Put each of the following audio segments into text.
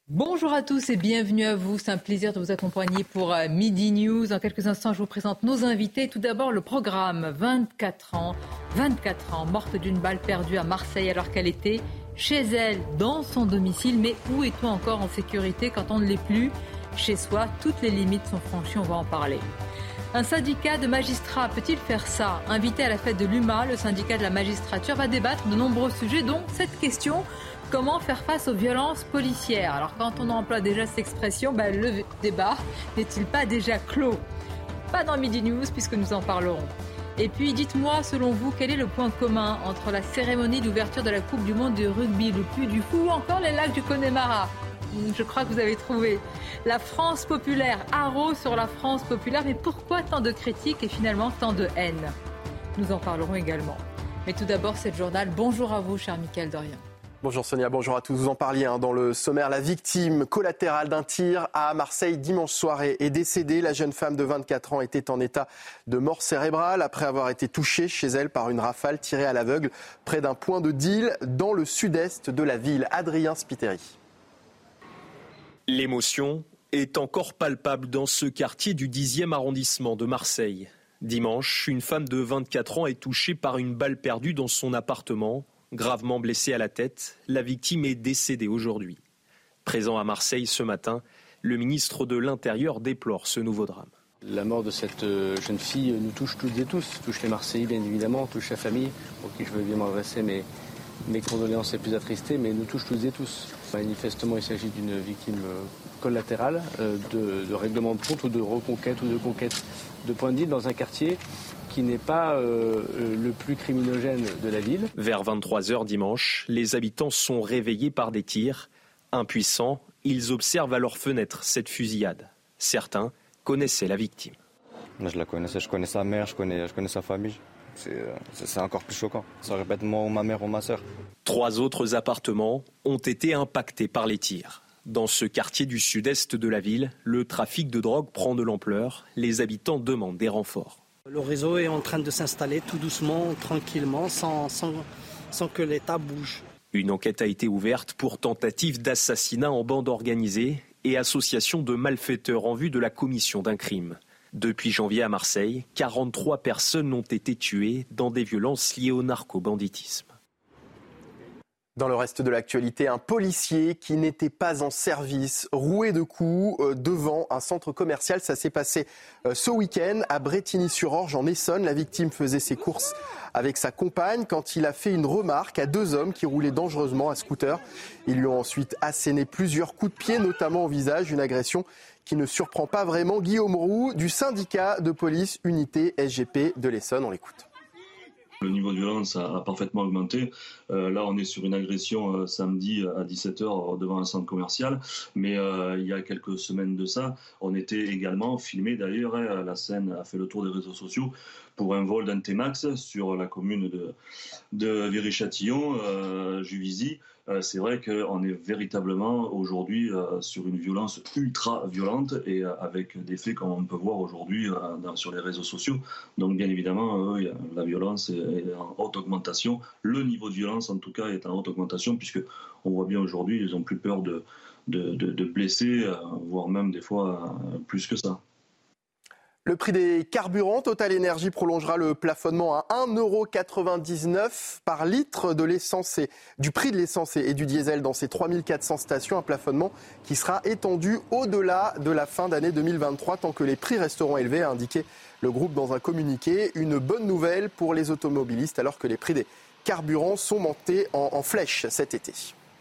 Bonjour à tous et bienvenue à vous. C'est un plaisir de vous accompagner pour Midi News. Dans quelques instants, je vous présente nos invités. Tout d'abord, le programme 24 ans, morte d'une balle perdue à Marseille alors qu'elle était chez elle, dans son domicile. Mais où est-on encore en sécurité quand on ne l'est plus chez soi? Toutes les limites sont franchies, on va en parler. Un syndicat de magistrats peut-il faire ça? Invité à la fête de l'UMA, le syndicat de la magistrature va débattre de nombreux sujets, dont cette question: comment faire face aux violences policières? Alors quand on emploie déjà cette expression, le débat n'est-il pas déjà clos? Pas dans Midi News puisque nous en parlerons. Et puis dites-moi, selon vous, quel est le point commun entre la cérémonie d'ouverture de la Coupe du Monde de rugby, le Puy du Fou ou encore les lacs du Connemara? Je crois que vous avez trouvé. La France populaire, haro sur la France populaire, mais pourquoi tant de critiques et finalement tant de haine? Nous en parlerons également. Mais tout d'abord, c'est le journal. Bonjour à vous, cher Mickaël Dorian. Bonjour Sonia, bonjour à tous. Vous en parliez dans le sommaire. La victime collatérale d'un tir à Marseille dimanche soir est décédée. La jeune femme de 24 ans était en état de mort cérébrale après avoir été touchée chez elle par une rafale tirée à l'aveugle près d'un point de deal dans le sud-est de la ville. Adrien Spiteri. L'émotion est encore palpable dans ce quartier du 10e arrondissement de Marseille. Dimanche, une femme de 24 ans est touchée par une balle perdue dans son appartement. Gravement blessée à la tête, la victime est décédée aujourd'hui. Présent à Marseille ce matin, le ministre de l'Intérieur déplore ce nouveau drame. La mort de cette jeune fille nous touche toutes et tous, touche les Marseillais bien évidemment, touche la famille, pour qui je veux bien m'adresser mes condoléances les plus attristées, mais nous touche toutes et tous. Manifestement, il s'agit d'une victime collatérale de règlement de compte ou de reconquête ou de conquête de points de deal dans un quartier qui n'est pas le plus criminogène de la ville. Vers 23h dimanche, les habitants sont réveillés par des tirs. Impuissants, ils observent à leurs fenêtres cette fusillade. Certains connaissaient la victime. Je la connaissais, je connais sa mère, je connais sa famille. C'est encore plus choquant. Ça répète moi ou ma mère ou ma sœur. 3 autres appartements ont été impactés par les tirs. Dans ce quartier du sud-est de la ville, le trafic de drogue prend de l'ampleur. Les habitants demandent des renforts. Le réseau est en train de s'installer tout doucement, tranquillement, sans que l'État bouge. Une enquête a été ouverte pour tentative d'assassinat en bande organisée et association de malfaiteurs en vue de la commission d'un crime. Depuis janvier à Marseille, 43 personnes ont été tuées dans des violences liées au narco-banditisme. Dans le reste de l'actualité, un policier qui n'était pas en service, roué de coups devant un centre commercial. Ça s'est passé ce week-end à Brétigny-sur-Orge en Essonne. La victime faisait ses courses avec sa compagne quand il a fait une remarque à 2 hommes qui roulaient dangereusement à scooter. Ils lui ont ensuite asséné plusieurs coups de pied, notamment au visage. Une agression qui ne surprend pas vraiment. Guillaume Roux du syndicat de police Unité SGP de l'Essonne. On l'écoute. Le niveau de violence a parfaitement augmenté. Là, on est sur une agression samedi à 17h devant un centre commercial. Mais il y a quelques semaines de ça, on était également filmé. D'ailleurs, la scène a fait le tour des réseaux sociaux pour un vol d'un T-Max sur la commune de Viry-Châtillon, Juvisy. C'est vrai qu'on est véritablement aujourd'hui sur une violence ultra violente et avec des faits comme on peut voir aujourd'hui sur les réseaux sociaux. Donc bien évidemment, la violence est en haute augmentation. Le niveau de violence en tout cas est en haute augmentation puisque on voit bien aujourd'hui, ils n'ont plus peur de blesser, voire même des fois plus que ça. Le prix des carburants, Total Énergie prolongera le plafonnement à 1,99 € par litre de l'essence du prix de l'essence et du diesel dans ces 3400 stations. Un plafonnement qui sera étendu au-delà de la fin d'année 2023 tant que les prix resteront élevés, a indiqué le groupe dans un communiqué. Une bonne nouvelle pour les automobilistes alors que les prix des carburants sont montés en flèche cet été.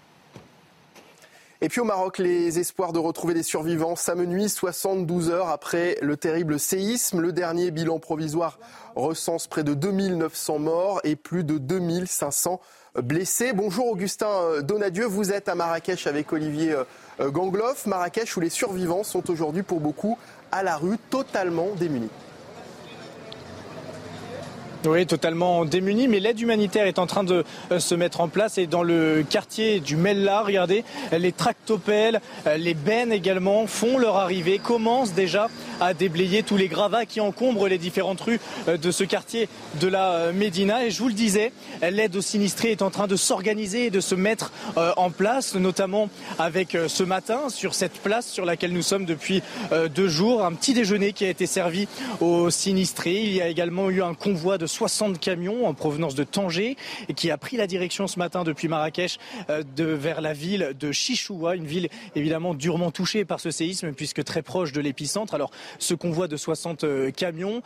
Et puis au Maroc, les espoirs de retrouver des survivants s'amenuisent 72 heures après le terrible séisme. Le dernier bilan provisoire recense près de 2900 morts et plus de 2500 blessés. Bonjour Augustin Donadieu, vous êtes à Marrakech avec Olivier Gangloff. Marrakech où les survivants sont aujourd'hui pour beaucoup à la rue, totalement démunis. Oui, totalement démunis, mais l'aide humanitaire est en train de se mettre en place et dans le quartier du Mellah, regardez, les tractopelles, les bennes également font leur arrivée, commencent déjà à déblayer tous les gravats qui encombrent les différentes rues de ce quartier de la Médina. Et je vous le disais, l'aide aux sinistrés est en train de s'organiser et de se mettre en place, notamment avec ce matin sur cette place sur laquelle nous sommes depuis 2 jours, un petit déjeuner qui a été servi aux sinistrés. Il y a également eu un convoi de 60 camions en provenance de Tanger et qui a pris la direction ce matin depuis Marrakech vers la ville de Chichoua, une ville évidemment durement touchée par ce séisme puisque très proche de l'épicentre. Alors ce convoi de 60 camions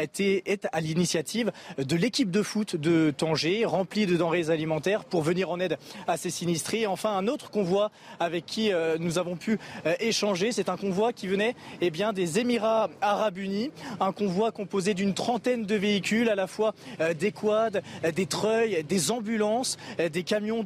est à l'initiative de l'équipe de foot de Tanger, rempli de denrées alimentaires pour venir en aide à ces sinistrés. Et enfin un autre convoi avec qui nous avons pu échanger, c'est un convoi qui venait des Émirats Arabes Unis, un convoi composé d'une trentaine de véhicules, à la fois des quads, des treuils, des ambulances, des camions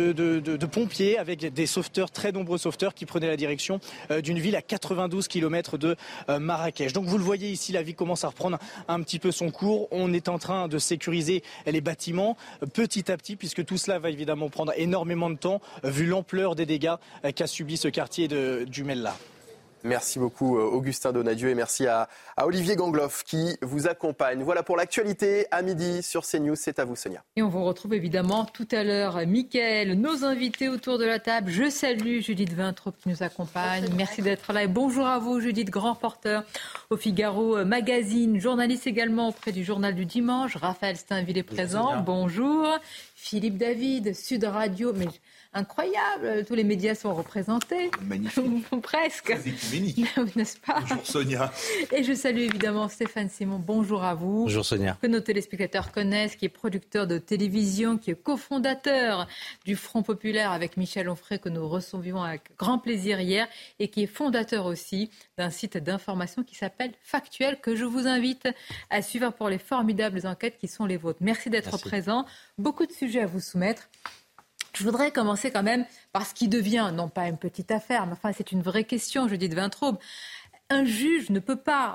de pompiers avec des sauveteurs, très nombreux sauveteurs qui prenaient la direction d'une ville à 92 km de Marrakech. Donc vous le voyez ici, la ville commence à reprendre un petit peu son cours. On est en train de sécuriser les bâtiments petit à petit puisque tout cela va évidemment prendre énormément de temps vu l'ampleur des dégâts qu'a subi ce quartier du Mellah. Merci beaucoup Augustin Donadieu et merci à Olivier Gangloff qui vous accompagne. Voilà pour l'actualité à midi sur CNews. C'est à vous Sonia. Et on vous retrouve évidemment tout à l'heure. Mickaël, nos invités autour de la table. Je salue Judith Vintraub qui nous accompagne. Merci d'être là et bonjour à vous Judith, grand reporter au Figaro Magazine, journaliste également auprès du Journal du Dimanche. Raphaël Steinville est présent. Bonjour. Philippe David, Sud Radio. Mais incroyable, tous les médias sont représentés. Magnifique. Presque. Très écuménique. N'est-ce pas ? Bonjour Sonia. Et je salue évidemment Stéphane Simon. Bonjour à vous. Bonjour Sonia. Que nos téléspectateurs connaissent, qui est producteur de télévision, qui est cofondateur du Front Populaire avec Michel Onfray, que nous recevions avec grand plaisir hier, et qui est fondateur aussi d'un site d'information qui s'appelle Factuel, que je vous invite à suivre pour les formidables enquêtes qui sont les vôtres. Merci d'être présent. Beaucoup de sujets à vous soumettre. Je voudrais commencer quand même par ce qui devient, non pas une petite affaire, mais enfin c'est une vraie question, Judith Vintraub. Un juge ne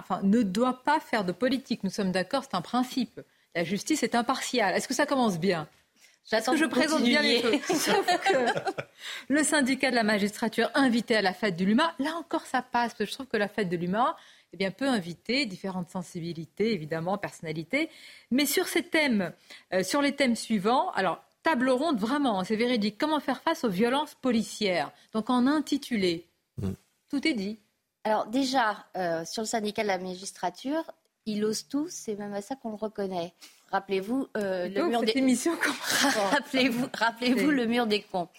doit pas faire de politique. Nous sommes d'accord, c'est un principe. La justice est impartiale. Est-ce que ça commence bien ? Est-ce que je présente bien les choses ? Sauf que le syndicat de la magistrature invité à la fête de l'UMA, là encore ça passe, parce que je trouve que la fête de l'UMA peut inviter différentes sensibilités, évidemment, personnalités. Mais sur ces thèmes, sur les thèmes suivants, alors table ronde, vraiment, c'est véridique. Comment faire face aux violences policières ? Donc en intitulé, tout est dit. Alors déjà, sur le syndicat de la magistrature, il ose tout, c'est même à ça qu'on le reconnaît. Rappelez-vous le mur des rappelez-vous le mur des cons.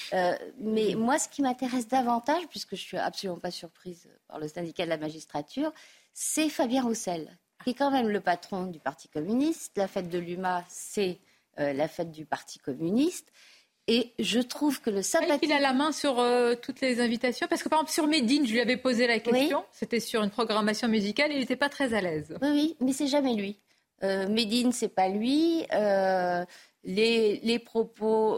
Mais moi, ce qui m'intéresse davantage, puisque je suis absolument pas surprise par le syndicat de la magistrature, c'est Fabien Roussel, qui est quand même le patron du Parti communiste. La fête de l'UMA, c'est la fête du Parti communiste. Et je trouve que le sympathique... Il a la main sur toutes les invitations. Parce que par exemple, sur Médine, je lui avais posé la question. Oui. C'était sur une programmation musicale. Il n'était pas très à l'aise. Oui, mais c'est jamais lui. Médine, c'est pas lui. Les propos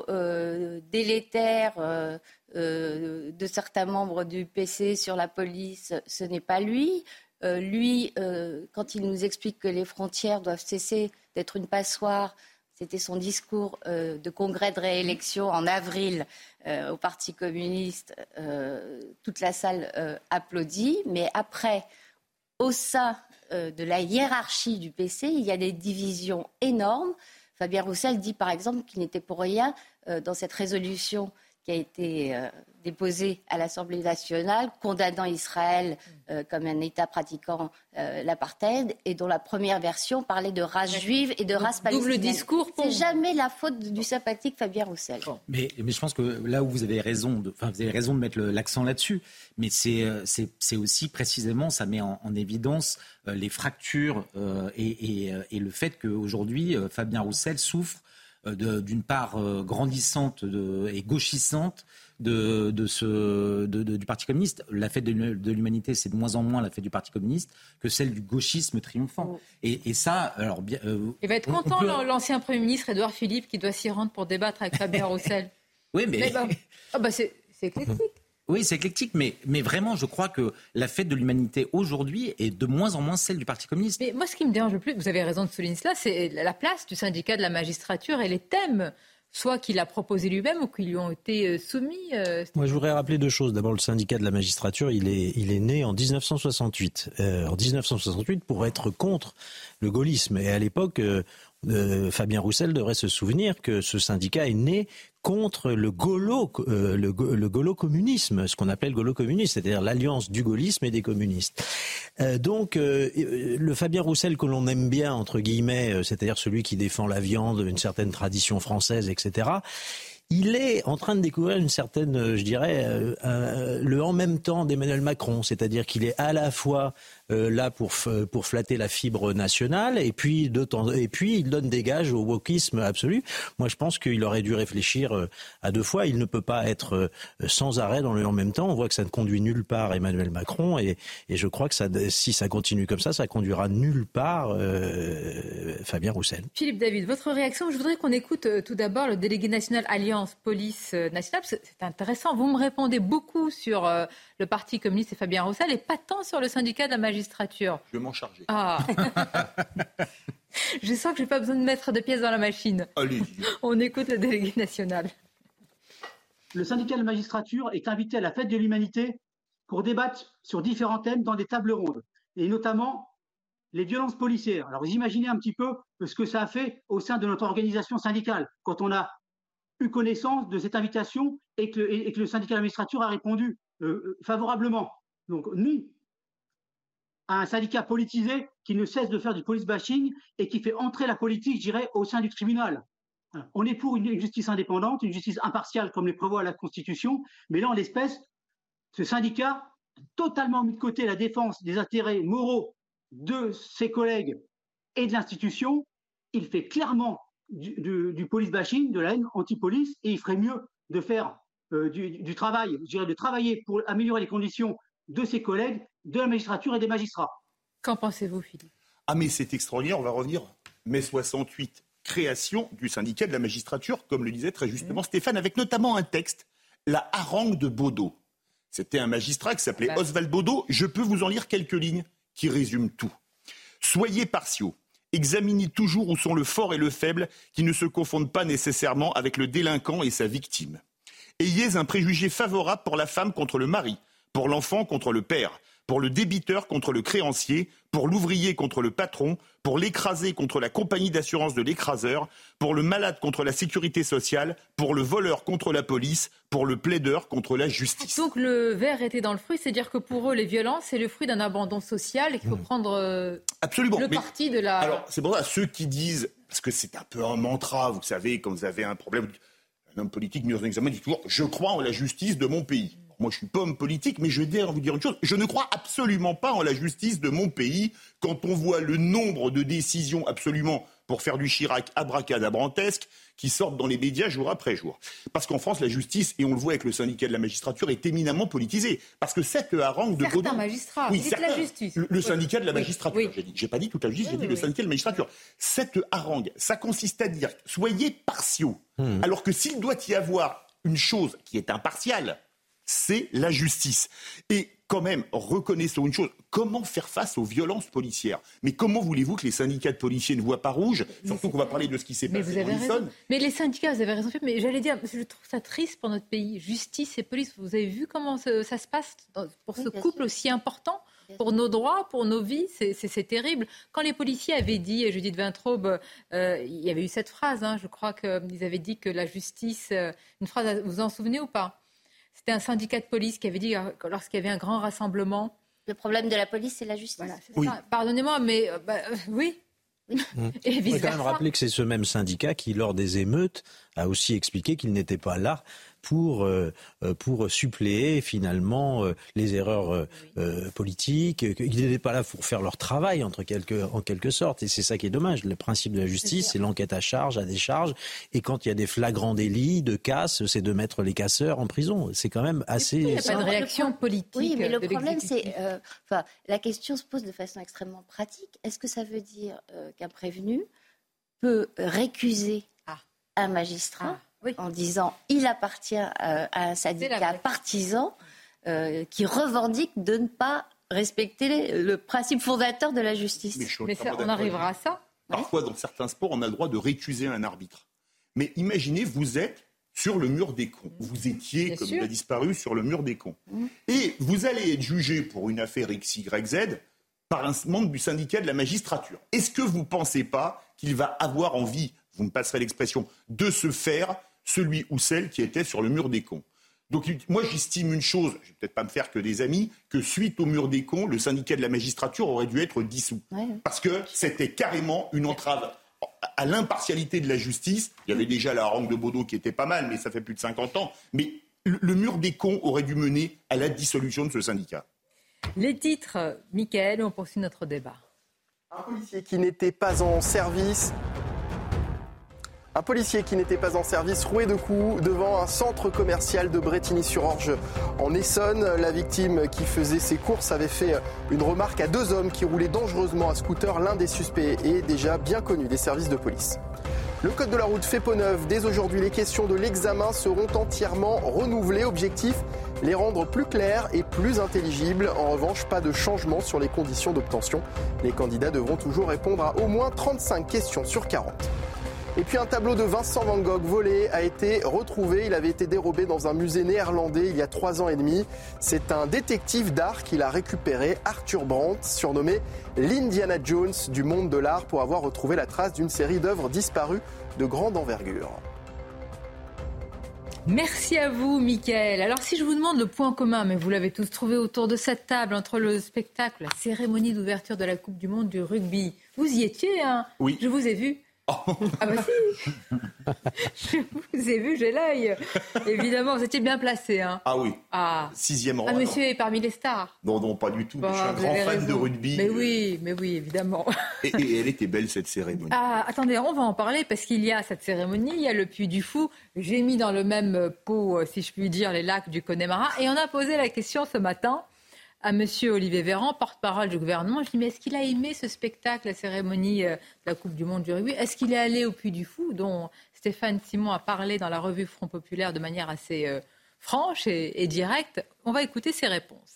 délétères de certains membres du PC sur la police, ce n'est pas lui. Lui, quand il nous explique que les frontières doivent cesser d'être une passoire... C'était son discours de congrès de réélection en avril au Parti communiste. Toute la salle applaudit. Mais après, au sein de la hiérarchie du PC, il y a des divisions énormes. Fabien Roussel dit par exemple qu'il n'était pour rien dans cette résolution qui a été déposée à l'Assemblée nationale, condamnant Israël comme un État pratiquant l'apartheid, et dont la première version parlait de race juive et de race palestinienne. Double discours. C'est jamais la faute du sympathique Fabien Roussel. Mais je pense que là où vous avez raison de mettre l'accent là-dessus, mais c'est aussi précisément, ça met en évidence les fractures et le fait qu'aujourd'hui, Fabien Roussel souffre d'une part grandissante et gauchissante du Parti communiste. La fête de l'humanité, c'est de moins en moins la fête du Parti communiste que celle du gauchisme triomphant. Et ça, alors bien... il va être content, l'ancien Premier ministre Édouard Philippe, qui doit s'y rendre pour débattre avec Fabien Roussel. Oui, mais... c'est éclectique. Oui, c'est éclectique, mais vraiment, je crois que la fête de l'humanité aujourd'hui est de moins en moins celle du Parti communiste. Mais moi, ce qui me dérange le plus, vous avez raison de souligner cela, c'est la place du syndicat de la magistrature et les thèmes, soit qu'il a proposé lui-même ou qui lui ont été soumis. Moi, je voudrais rappeler deux choses. D'abord, le syndicat de la magistrature, il est né en 1968. En 1968, pour être contre le gaullisme. Et à l'époque, Fabien Roussel devrait se souvenir que ce syndicat est né contre le gaulo-communisme, ce qu'on appelle gaulo-communisme, c'est-à-dire l'alliance du gaullisme et des communistes. Donc, le Fabien Roussel que l'on aime bien, entre guillemets, c'est-à-dire celui qui défend la viande, une certaine tradition française, etc., il est en train de découvrir une certaine, je dirais, le en même temps d'Emmanuel Macron, c'est-à-dire qu'il est à la fois là pour flatter la fibre nationale et puis il donne des gages au wokisme absolu. Moi, je pense qu'il aurait dû réfléchir à deux fois. Il ne peut pas être sans arrêt dans le en même temps. On voit que ça ne conduit nulle part Emmanuel Macron et je crois que si ça continue comme ça conduira nulle part Fabien Roussel. Philippe David, votre réaction. Je voudrais qu'on écoute tout d'abord le délégué national Alliance Police Nationale. C'est intéressant. Vous me répondez beaucoup sur le Parti communiste et Fabien Roussel et pas tant sur le syndicat de la magistrature. Je vais m'en charger. Ah. Je sens que je n'ai pas besoin de mettre de pièces dans la machine. Allez. On écoute le délégué national. Le syndicat de la magistrature est invité à la fête de l'humanité pour débattre sur différents thèmes dans des tables rondes, et notamment les violences policières. Alors vous imaginez un petit peu ce que ça a fait au sein de notre organisation syndicale, quand on a eu connaissance de cette invitation et que le syndicat de la magistrature a répondu favorablement. Donc nous, à un syndicat politisé qui ne cesse de faire du police bashing et qui fait entrer la politique, je dirais, au sein du tribunal. On est pour une justice indépendante, une justice impartiale comme le prévoit la Constitution, mais là, en l'espèce, ce syndicat a totalement mis de côté la défense des intérêts moraux de ses collègues et de l'institution. Il fait clairement du police bashing, de la haine anti-police, et il ferait mieux de faire du travail, je dirais, de travailler pour améliorer les conditions de ses collègues, de la magistrature et des magistrats. Qu'en pensez-vous, Philippe ? Ah mais c'est extraordinaire, on va revenir. Mai 68, création du syndicat de la magistrature, comme le disait très justement Stéphane, avec notamment un texte, la harangue de Baudot. C'était un magistrat qui s'appelait Oswald Baudot. Je peux vous en lire quelques lignes qui résument tout. Soyez partiaux. Examinez toujours où sont le fort et le faible, qui ne se confondent pas nécessairement avec le délinquant et sa victime. Ayez un préjugé favorable pour la femme contre le mari, pour l'enfant contre le père, pour le débiteur contre le créancier, pour l'ouvrier contre le patron, pour l'écrasé contre la compagnie d'assurance de l'écraseur, pour le malade contre la sécurité sociale, pour le voleur contre la police, pour le plaideur contre la justice. Donc le ver était dans le fruit, c'est-à-dire que pour eux, les violences, c'est le fruit d'un abandon social et qu'il faut prendre Absolument. le parti de la... Alors, c'est pour ça, ceux qui disent, parce que c'est un peu un mantra, vous savez, quand vous avez un problème, un homme politique mis en examen dit toujours « je crois en la justice de mon pays ». Moi, je ne suis pas homme politique, mais je vais vous dire une chose. Je ne crois absolument pas en la justice de mon pays quand on voit le nombre de décisions absolument, pour faire du Chirac, abracadabrantesque, qui sortent dans les médias jour après jour. Parce qu'en France, la justice, et on le voit avec le syndicat de la magistrature, est éminemment politisée. Parce que cette harangue de Baudot... Certains magistrats, oui, c'est la justice. Le syndicat de la magistrature, oui. J'ai pas dit toute la justice, j'ai dit le syndicat de la magistrature. Cette harangue, ça consiste à dire, soyez partiaux. Alors que s'il doit y avoir une chose qui est impartiale, c'est la justice. Et quand même, reconnaissons une chose, comment faire face aux violences policières ? Mais comment voulez-vous que les syndicats de policiers ne voient pas rouge ? Surtout qu'on va parler de ce qui s'est passé dans l'Essonne. Mais les syndicats, vous avez raison, mais j'allais dire, je trouve ça triste pour notre pays. Justice et police, vous avez vu comment ça se passe pour ce couple aussi important ? Pour nos droits, pour nos vies, c'est terrible. Quand les policiers avaient dit, Judith Vintraube, il y avait eu cette phrase, je crois qu'ils avaient dit que la justice, une phrase, vous vous en souvenez ou pas ? C'était un syndicat de police qui avait dit, lorsqu'il y avait un grand rassemblement... Le problème de la police, c'est la justice. Voilà, c'est ça. Pardonnez-moi, mais oui. Et il faut quand même rappeler que c'est ce même syndicat qui, lors des émeutes, a aussi expliqué qu'il n'était pas là pour suppléer finalement les erreurs politiques. Ils n'étaient pas là pour faire leur travail en quelque sorte. Et c'est ça qui est dommage. Le principe de la justice, c'est l'enquête à charge, à décharge. Et quand il y a des flagrants délits de casse, c'est de mettre les casseurs en prison. C'est quand même assez... Il n'y a pas de réaction politique. Oui, mais le problème, c'est... la question se pose de façon extrêmement pratique. Est-ce que ça veut dire qu'un prévenu peut récuser un magistrat en disant il appartient à un syndicat partisan qui revendiquent de ne pas respecter le principe fondateur de la justice. Mais ça, on arrivera à ça. Parfois, dans certains sports, on a le droit de récuser un arbitre. Mais imaginez, vous êtes sur le mur des cons. Vous étiez, comme il a disparu, sur le mur des cons. Et vous allez être jugé pour une affaire XYZ par un membre du syndicat de la magistrature. Est-ce que vous ne pensez pas qu'il va avoir envie, vous me passerez l'expression, de se faire celui ou celle qui était sur le mur des cons? Donc moi j'estime une chose, je ne vais peut-être pas me faire que des amis, que suite au mur des cons, le syndicat de la magistrature aurait dû être dissous. Ouais. Parce que c'était carrément une entrave à l'impartialité de la justice. Il y avait déjà la harangue de Baudot qui était pas mal, mais ça fait plus de 50 ans. Mais le mur des cons aurait dû mener à la dissolution de ce syndicat. Les titres, Mickaël, on poursuit notre débat. Un policier qui n'était pas en service... Un policier qui n'était pas en service roué de coups devant un centre commercial de Brétigny-sur-Orge en Essonne. La victime qui faisait ses courses avait fait une remarque à 2 hommes qui roulaient dangereusement à scooter. L'un des suspects est déjà bien connu des services de police. Le code de la route fait peau neuve. Dès aujourd'hui, les questions de l'examen seront entièrement renouvelées. Objectif, les rendre plus claires et plus intelligibles. En revanche, pas de changement sur les conditions d'obtention. Les candidats devront toujours répondre à au moins 35 questions sur 40. Et puis un tableau de Vincent Van Gogh volé a été retrouvé. Il avait été dérobé dans un musée néerlandais il y a 3 ans et demi. C'est un détective d'art qui l'a récupéré, Arthur Brandt, surnommé l'Indiana Jones du monde de l'art, pour avoir retrouvé la trace d'une série d'œuvres disparues de grande envergure. Merci à vous, Mickaël. Alors, si je vous demande le point commun, mais vous l'avez tous trouvé autour de cette table, entre le spectacle, la cérémonie d'ouverture de la Coupe du Monde du rugby, vous y étiez, hein ? Oui. Je vous ai vu. Ah bah si. Je vous ai vu, j'ai l'œil. Évidemment, vous étiez bien placé. Hein. Ah oui. Ah. 6e rang. Ah, monsieur est parmi les stars. Non, pas du tout. Bah, je suis un grand fan de rugby. Mais oui, évidemment. Et elle était belle, cette cérémonie. Ah, attendez, on va en parler parce qu'il y a cette cérémonie, il y a le Puy du Fou. J'ai mis dans le même pot, si je puis dire, les lacs du Connemara. Et on a posé la question ce matin à M. Olivier Véran, porte-parole du gouvernement. Je lui dis, mais est-ce qu'il a aimé ce spectacle, la cérémonie de la Coupe du Monde du rugby ? Est-ce qu'il est allé au Puy du Fou, dont Stéphane Simon a parlé dans la revue Front Populaire de manière assez franche et directe ? On va écouter ses réponses.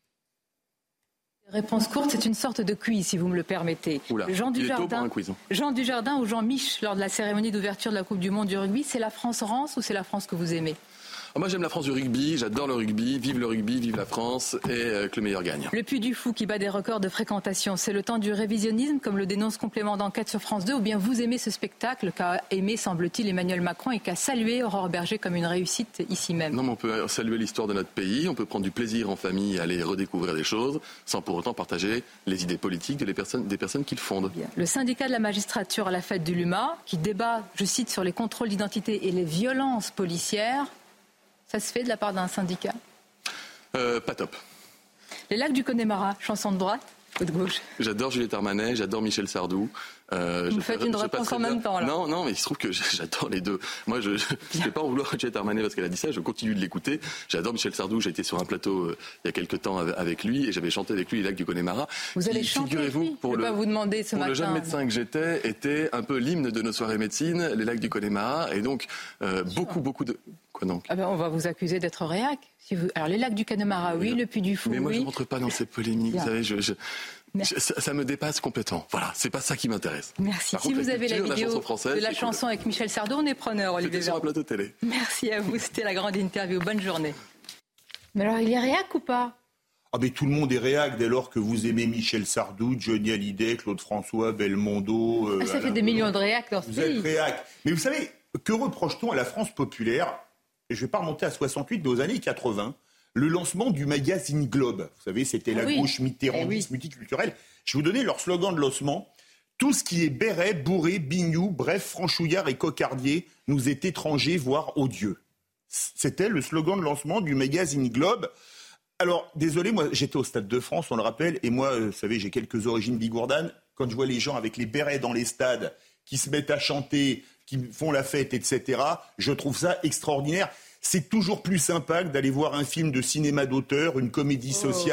Réponse courte, c'est une sorte de quiz, si vous me le permettez. Oula, Jean Dujardin, il est tôt pour un quiz. Jean Dujardin ou Jean Mich, lors de la cérémonie d'ouverture de la Coupe du Monde du rugby, c'est la France rance ou c'est la France que vous aimez ? Moi, j'aime la France du rugby, j'adore le rugby, vive la France et que le meilleur gagne. Le Puy du Fou qui bat des records de fréquentation, c'est le temps du révisionnisme, comme le dénonce Complément d'enquête sur France 2, ou bien vous aimez ce spectacle qu'a aimé, semble-t-il, Emmanuel Macron et qu'a salué Aurore Berger comme une réussite ici même ? Non, mais on peut saluer l'histoire de notre pays, on peut prendre du plaisir en famille à aller redécouvrir des choses, sans pour autant partager les idées politiques des personnes qui le fondent. Bien. Le syndicat de la magistrature à la fête du Luma, qui débat, je cite, sur les contrôles d'identité et les violences policières. Ça se fait de la part d'un syndicat ? Pas top. Les lacs du Connemara, chanson de droite ou de gauche ? J'adore Juliette Armanet, j'adore Michel Sardou. Vous faites une réponse en même temps, là. Non, mais il se trouve que j'adore les deux. Moi, je ne vais pas en vouloir à Juliette Armanet parce qu'elle a dit ça, je continue de l'écouter. J'adore Michel Sardou, j'ai été sur un plateau il y a quelques temps avec lui et j'avais chanté avec lui les lacs du Connemara. Vous allez chanter avec lui ? Je ne vais pas vous demander ce matin. Le jeune médecin que j'étais était un peu l'hymne de nos soirées médecine, les lacs du Connemara, et donc beaucoup de... Quoi donc ? Ah ben, on va vous accuser d'être réac. Alors les lacs du Connemara, oui, le Puy du Fou, oui. Mais moi, je ne rentre pas dans ces polémiques, vous savez, ça me dépasse complètement. Voilà, c'est pas ça qui m'intéresse. Merci. Par si contre, vous avez la vidéo de la chanson avec Michel Sardou, on est preneur, Olivier. C'était sur un plateau télé. Merci à vous, c'était la grande interview. Bonne journée. Mais alors, il est réac ou pas ? Ah mais tout le monde est réac dès lors que vous aimez Michel Sardou, Johnny Hallyday, Claude François, Belmondo... ça fait des millions de réacs dans ce pays. Vous êtes réac. Mais vous savez, que reproche-t-on à la France populaire ? Et je ne vais pas remonter à 68, mais aux années 80, le lancement du magazine Globe. Vous savez, c'était la gauche mitterrandiste, multiculturelle. Je vais vous donner leur slogan de lancement. Tout ce qui est béret, bourré, bignou, bref, franchouillard et cocardier nous est étranger, voire odieux. C'était le slogan de lancement du magazine Globe. Alors, désolé, moi, j'étais au Stade de France, on le rappelle, et moi, vous savez, j'ai quelques origines bigourdanes. Quand je vois les gens avec les bérets dans les stades, qui se mettent à chanter, qui font la fête, etc., je trouve ça extraordinaire. C'est toujours plus sympa que d'aller voir un film de cinéma d'auteur, une comédie sociale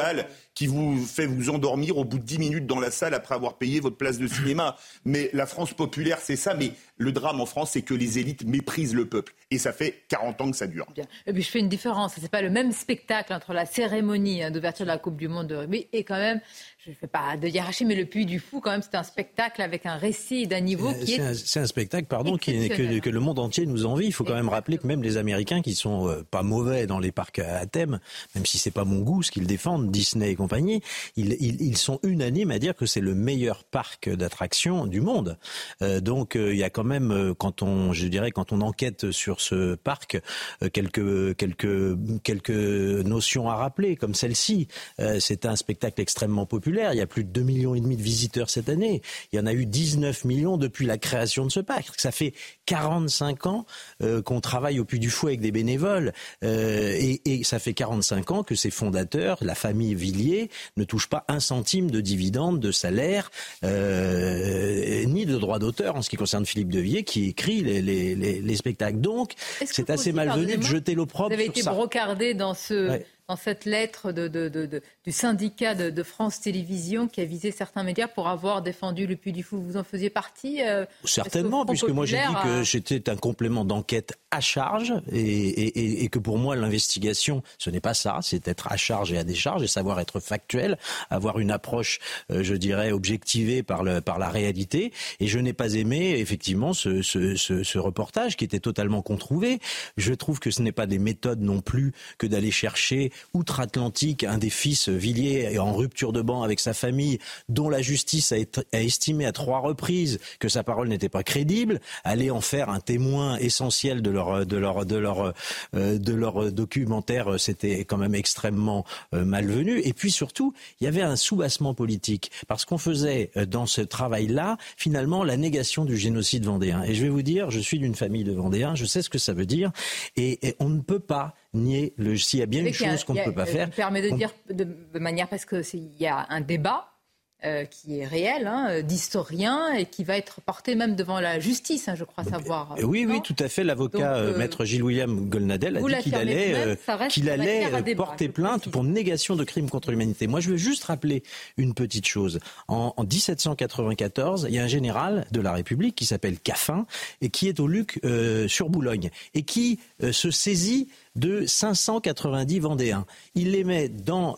qui vous fait vous endormir au bout de 10 minutes dans la salle après avoir payé votre place de cinéma. Mais la France populaire, c'est ça. Mais le drame en France, c'est que les élites méprisent le peuple. Et ça fait 40 ans que ça dure. Bien. Et puis je fais une différence. C'est pas le même spectacle entre la cérémonie d'ouverture de la Coupe du Monde de rugby et quand même, je ne fais pas de hiérarchie, mais le Puy du Fou, quand même, c'est un spectacle avec un récit d'un niveau qui est... C'est un spectacle, que le monde entier nous envie. Il faut quand même rappeler que même les Américains, qui sont pas mauvais dans les parcs à thème, même si c'est pas mon goût, ce qu'ils défendent, Disney et compagnie, ils sont unanimes à dire que c'est le meilleur parc d'attractions du monde. Donc il y a quand même, quand on enquête sur ce parc, quelques notions à rappeler, comme celle-ci. C'est un spectacle extrêmement populaire. Il y a plus de 2,5 millions de visiteurs cette année. Il y en a eu 19 millions depuis la création de ce parc. Ça fait 45 ans qu'on travaille au Puy du Fou avec des bénévoles. Et ça fait 45 ans que ses fondateurs, la famille Villiers, ne touchent pas un centime de dividendes, de salaire, ni de droits d'auteur en ce qui concerne Philippe de Villiers qui écrit les spectacles. Donc, c'est assez malvenu de jeter l'opprobre sur ça. Vous avez été brocardé dans cette lettre du syndicat de France Télévisions qui a visé certains médias pour avoir défendu le Puy du Fou. Vous en faisiez partie Certainement, puisque moi j'ai dit que j'étais un complément d'enquête à charge et que pour moi l'investigation, ce n'est pas ça, c'est être à charge et à décharge et savoir être factuel, avoir une approche, je dirais, objectivée par la réalité. Et je n'ai pas aimé effectivement ce reportage qui était totalement controuvé. Je trouve que ce n'est pas des méthodes non plus que d'aller chercher outre-Atlantique un des fils Villiers en rupture de ban avec sa famille, dont la justice a estimé à 3 reprises que sa parole n'était pas crédible, aller en faire un témoin essentiel de leur documentaire, c'était quand même extrêmement malvenu. Et puis surtout, il y avait un soubassement politique, parce qu'on faisait dans ce travail-là, finalement, la négation du génocide vendéen. Et je vais vous dire, je suis d'une famille de Vendéens, je sais ce que ça veut dire, et on ne peut pas nier s'il y a bien une chose qu'on ne peut pas faire. Je me permets de dire de manière, parce qu'il y a un débat qui est réel, d'historien, et qui va être porté même devant la justice, je crois savoir. Oui, tout à fait. L'avocat maître Gilles-William Golnadel a dit qu'il allait porter plainte pour négation de crimes contre l'humanité. Moi, je veux juste rappeler une petite chose. En 1794, il y a un général de la République qui s'appelle Caffin et qui est au Luc sur Boulogne et qui se saisit de 590 Vendéens. Il les met dans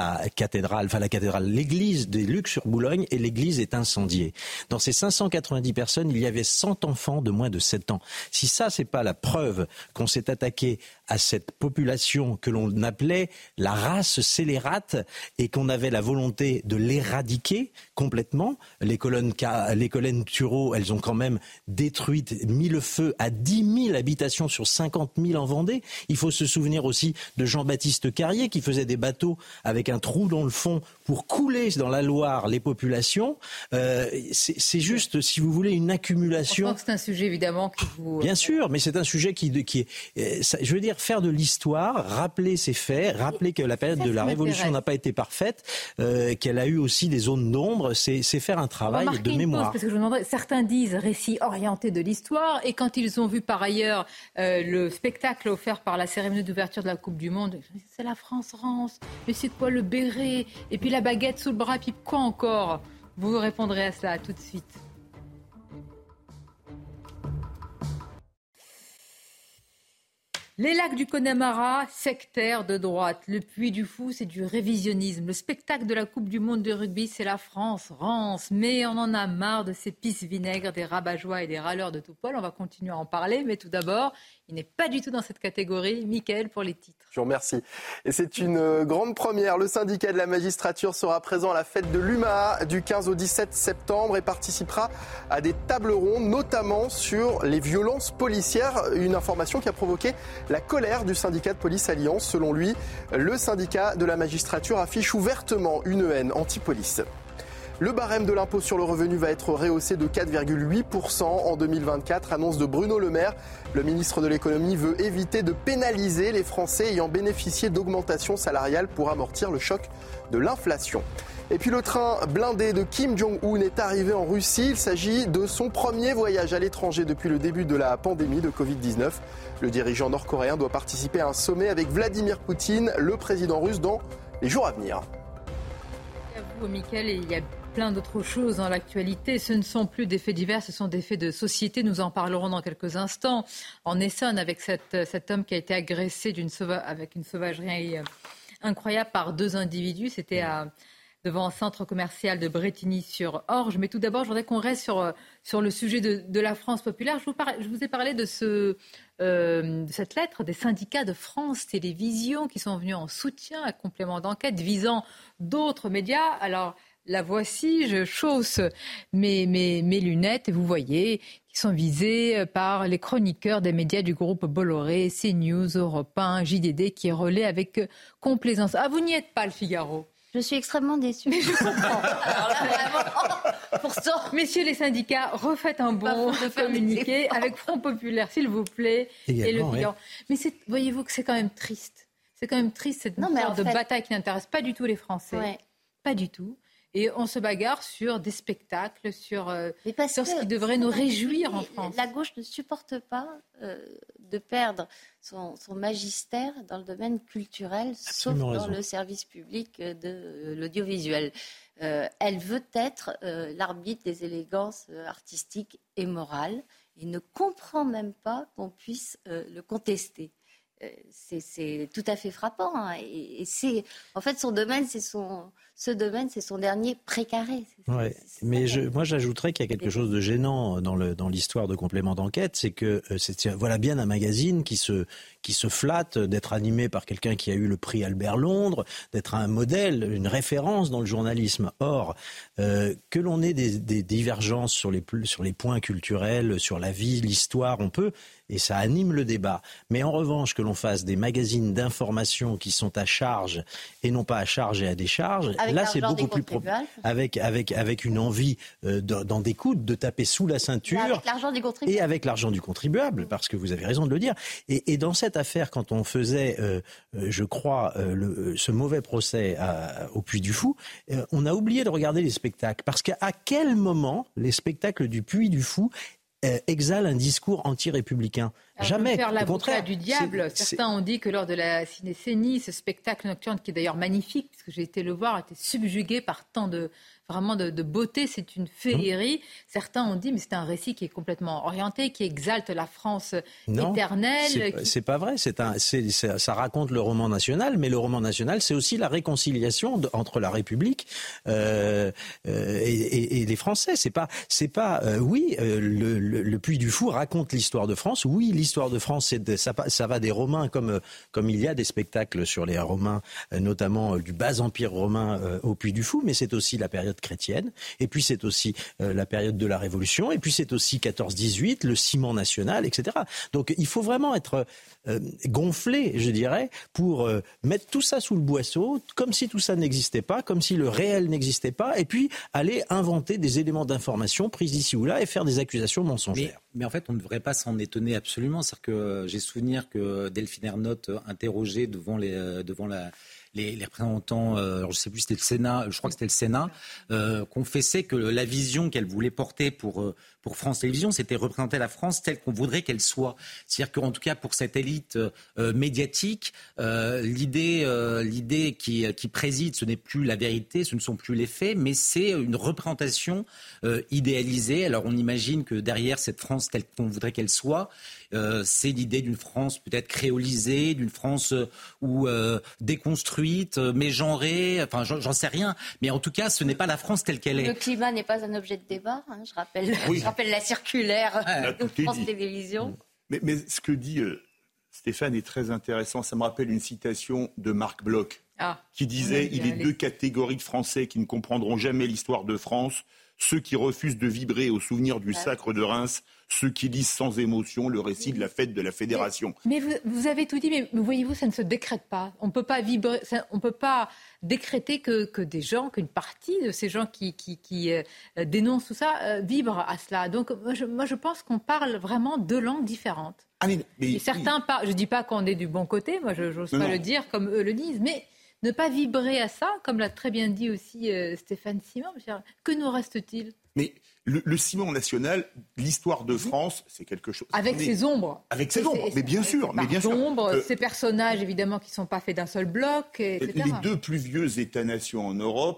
l'église des Lucs-sur-Boulogne, et l'église est incendiée. Dans ces 590 personnes, il y avait 100 enfants de moins de 7 ans. Si ça, c'est pas la preuve qu'on s'est attaqué à cette population que l'on appelait la race scélérate et qu'on avait la volonté de l'éradiquer complètement. Les colonnes Turreau, elles ont quand même mis le feu à 10 000 habitations sur 50 000 en Vendée. Il faut se souvenir aussi de Jean-Baptiste Carrier qui faisait des bateaux avec un trou dans le fond pour couler dans la Loire les populations. C'est juste, si vous voulez, une accumulation. Je pense que c'est un sujet évidemment qui vous... Bien sûr, mais c'est un sujet qui est... je veux dire, faire de l'histoire, rappeler ces faits, rappeler que la période de la Révolution n'a pas été parfaite, qu'elle a eu aussi des zones d'ombre, c'est faire un travail de mémoire. Parce que je vous demanderais, certains disent récit orienté de l'histoire, et quand ils ont vu par ailleurs le spectacle offert par la cérémonie d'ouverture de la Coupe du Monde, c'est la France rance, mais c'est quoi le béret, et puis la baguette sous le bras, et puis quoi encore? Vous répondrez à cela tout de suite. Les lacs du Connemara, sectaires de droite. Le Puy du Fou, c'est du révisionnisme. Le spectacle de la Coupe du Monde de rugby, c'est la France rance. Mais on en a marre de ces pisse-vinaigres, des rabat-joie et des râleurs de tout poil. On va continuer à en parler, mais tout d'abord, il n'est pas du tout dans cette catégorie. Mickaël pour les titres. Je vous remercie. Et c'est une grande première. Le syndicat de la magistrature sera présent à la fête de l'UMA du 15 au 17 septembre et participera à des tables rondes, notamment sur les violences policières. Une information qui a provoqué la colère du syndicat de police Alliance. Selon lui, le syndicat de la magistrature affiche ouvertement une haine anti-police. Le barème de l'impôt sur le revenu va être rehaussé de 4,8% en 2024, annonce de Bruno Le Maire. Le ministre de l'économie veut éviter de pénaliser les Français ayant bénéficié d'augmentations salariales pour amortir le choc de l'inflation. Et puis le train blindé de Kim Jong-un est arrivé en Russie. Il s'agit de son premier voyage à l'étranger depuis le début de la pandémie de Covid-19. Le dirigeant nord-coréen doit participer à un sommet avec Vladimir Poutine, le président russe, dans les jours à venir. beaucoup, Mickaël. Et il y a plein d'autres choses dans l'actualité. Ce ne sont plus des faits divers, ce sont des faits de société. Nous en parlerons dans quelques instants. En Essonne, avec cet homme qui a été agressé avec une sauvagerie incroyable par 2 individus. C'était devant un centre commercial de Brétigny-sur-Orge. Mais tout d'abord, je voudrais qu'on reste sur le sujet de la France populaire. Je vous ai parlé de cette lettre des syndicats de France Télévisions qui sont venus en soutien à complément d'enquête visant d'autres médias. Alors, la voici, je chausse mes lunettes et vous voyez qu'ils sont visés par les chroniqueurs des médias du groupe Bolloré, CNews, Europe 1, JDD qui relaient avec complaisance. Ah, vous n'y êtes pas, Le Figaro. Je suis extrêmement déçue. Mais je comprends. Alors là, vraiment, pourtant... Messieurs les syndicats, refaites un bon communiqué avec Front Populaire, s'il vous plaît, et Le Figaro. Ouais. Mais voyez-vous que c'est quand même triste. C'est quand même triste cette histoire de bataille qui n'intéresse pas du tout les Français. Ouais. Pas du tout. Et on se bagarre sur des spectacles, sur ce qui devrait nous réjouir en France. La gauche ne supporte pas de perdre son magistère dans le domaine culturel, absolument sauf dans le service public de l'audiovisuel. Elle veut être l'arbitre des élégances artistiques et morales et ne comprend même pas qu'on puisse le contester. C'est tout à fait frappant. Hein. Et c'est, en fait, son domaine, c'est son dernier précaré. Ouais. Mais moi, j'ajouterais qu'il y a quelque chose de gênant dans l'histoire de complément d'enquête, c'est que voilà bien un magazine qui se flatte d'être animé par quelqu'un qui a eu le prix Albert Londres, d'être un modèle, une référence dans le journalisme. Or, que l'on ait des divergences sur les points culturels, sur la vie, l'histoire, on peut, et ça anime le débat. Mais en revanche, que l'on fasse des magazines d'information qui sont à charge et non pas à charge et à décharge, là c'est beaucoup plus avec une envie d'en découdre, de taper sous la ceinture, avec l'argent du contribuable. Et avec l'argent du contribuable, parce que vous avez raison de le dire. Et dans cette affaire, quand on faisait, je crois, ce mauvais procès au Puy du Fou, on a oublié de regarder les spectacles, parce qu'à quel moment les spectacles du Puy du Fou exhalent un discours anti-républicain. Jamais. Faire l'avocat du diable. Certains ont dit que lors de la Cinécénie, ce spectacle nocturne qui est d'ailleurs magnifique, puisque j'ai été le voir, a été subjugué par tant de beauté, c'est une féerie. Certains ont dit, mais c'est un récit qui est complètement orienté, qui exalte la France éternelle. C'est pas vrai. Ça raconte le roman national, mais le roman national, c'est aussi la réconciliation entre la République et les Français. Le Puy du Fou raconte l'histoire de France. Oui, l'histoire de France, ça va des Romains comme il y a des spectacles sur les Romains, notamment du bas empire romain au Puy du Fou, mais c'est aussi la période chrétienne, et puis c'est aussi la période de la Révolution, et puis c'est aussi 14-18, le ciment national, etc. Donc il faut vraiment être gonflé, je dirais, pour mettre tout ça sous le boisseau, comme si tout ça n'existait pas, comme si le réel n'existait pas, et puis aller inventer des éléments d'information pris ici ou là et faire des accusations mensongères. Mais en fait, on ne devrait pas s'en étonner absolument. C'est-à-dire que j'ai souvenir que Delphine Ernotte interrogeait devant les représentants, alors je ne sais plus si c'était le Sénat, je crois que c'était le Sénat, confessait que la vision qu'elle voulait porter pour France Télévisions, c'était représenter la France telle qu'on voudrait qu'elle soit. C'est-à-dire qu'en tout cas, pour cette élite médiatique, l'idée qui préside, ce n'est plus la vérité, ce ne sont plus les faits, mais c'est une représentation idéalisée. Alors on imagine que derrière cette France telle qu'on voudrait qu'elle soit, c'est l'idée d'une France peut-être créolisée, d'une France déconstruite, mégenrée, enfin j'en sais rien, mais en tout cas ce n'est pas la France telle qu'elle est. Le climat n'est pas un objet de débat, hein, je rappelle la circulaire de France Télévisions. Mais ce que dit Stéphane est très intéressant, ça me rappelle une citation de Marc Bloch qui disait « Il est deux catégories de Français qui ne comprendront jamais l'histoire de France, ceux qui refusent de vibrer au souvenir du sacre de Reims, ceux qui lisent sans émotion le récit de la fête de la Fédération. » Mais vous avez tout dit, mais voyez-vous, ça ne se décrète pas. On ne peut pas vibrer, on ne peut pas décréter que des gens, qu'une partie de ces gens qui dénoncent tout ça vibrent à cela. Donc moi je pense qu'on parle vraiment deux langues différentes. Et certains parlent, je ne dis pas qu'on est du bon côté, moi je n'ose pas le dire comme eux le disent, mais ne pas vibrer à ça, comme l'a très bien dit aussi Stéphane Simon, que nous reste-t-il ? Mais le ciment national, l'histoire de France, c'est quelque chose. Avec ses ombres. Avec ses ombres, mais bien sûr. Ces personnages, évidemment, qui ne sont pas faits d'un seul bloc, etc. Les deux plus vieux États-nations en Europe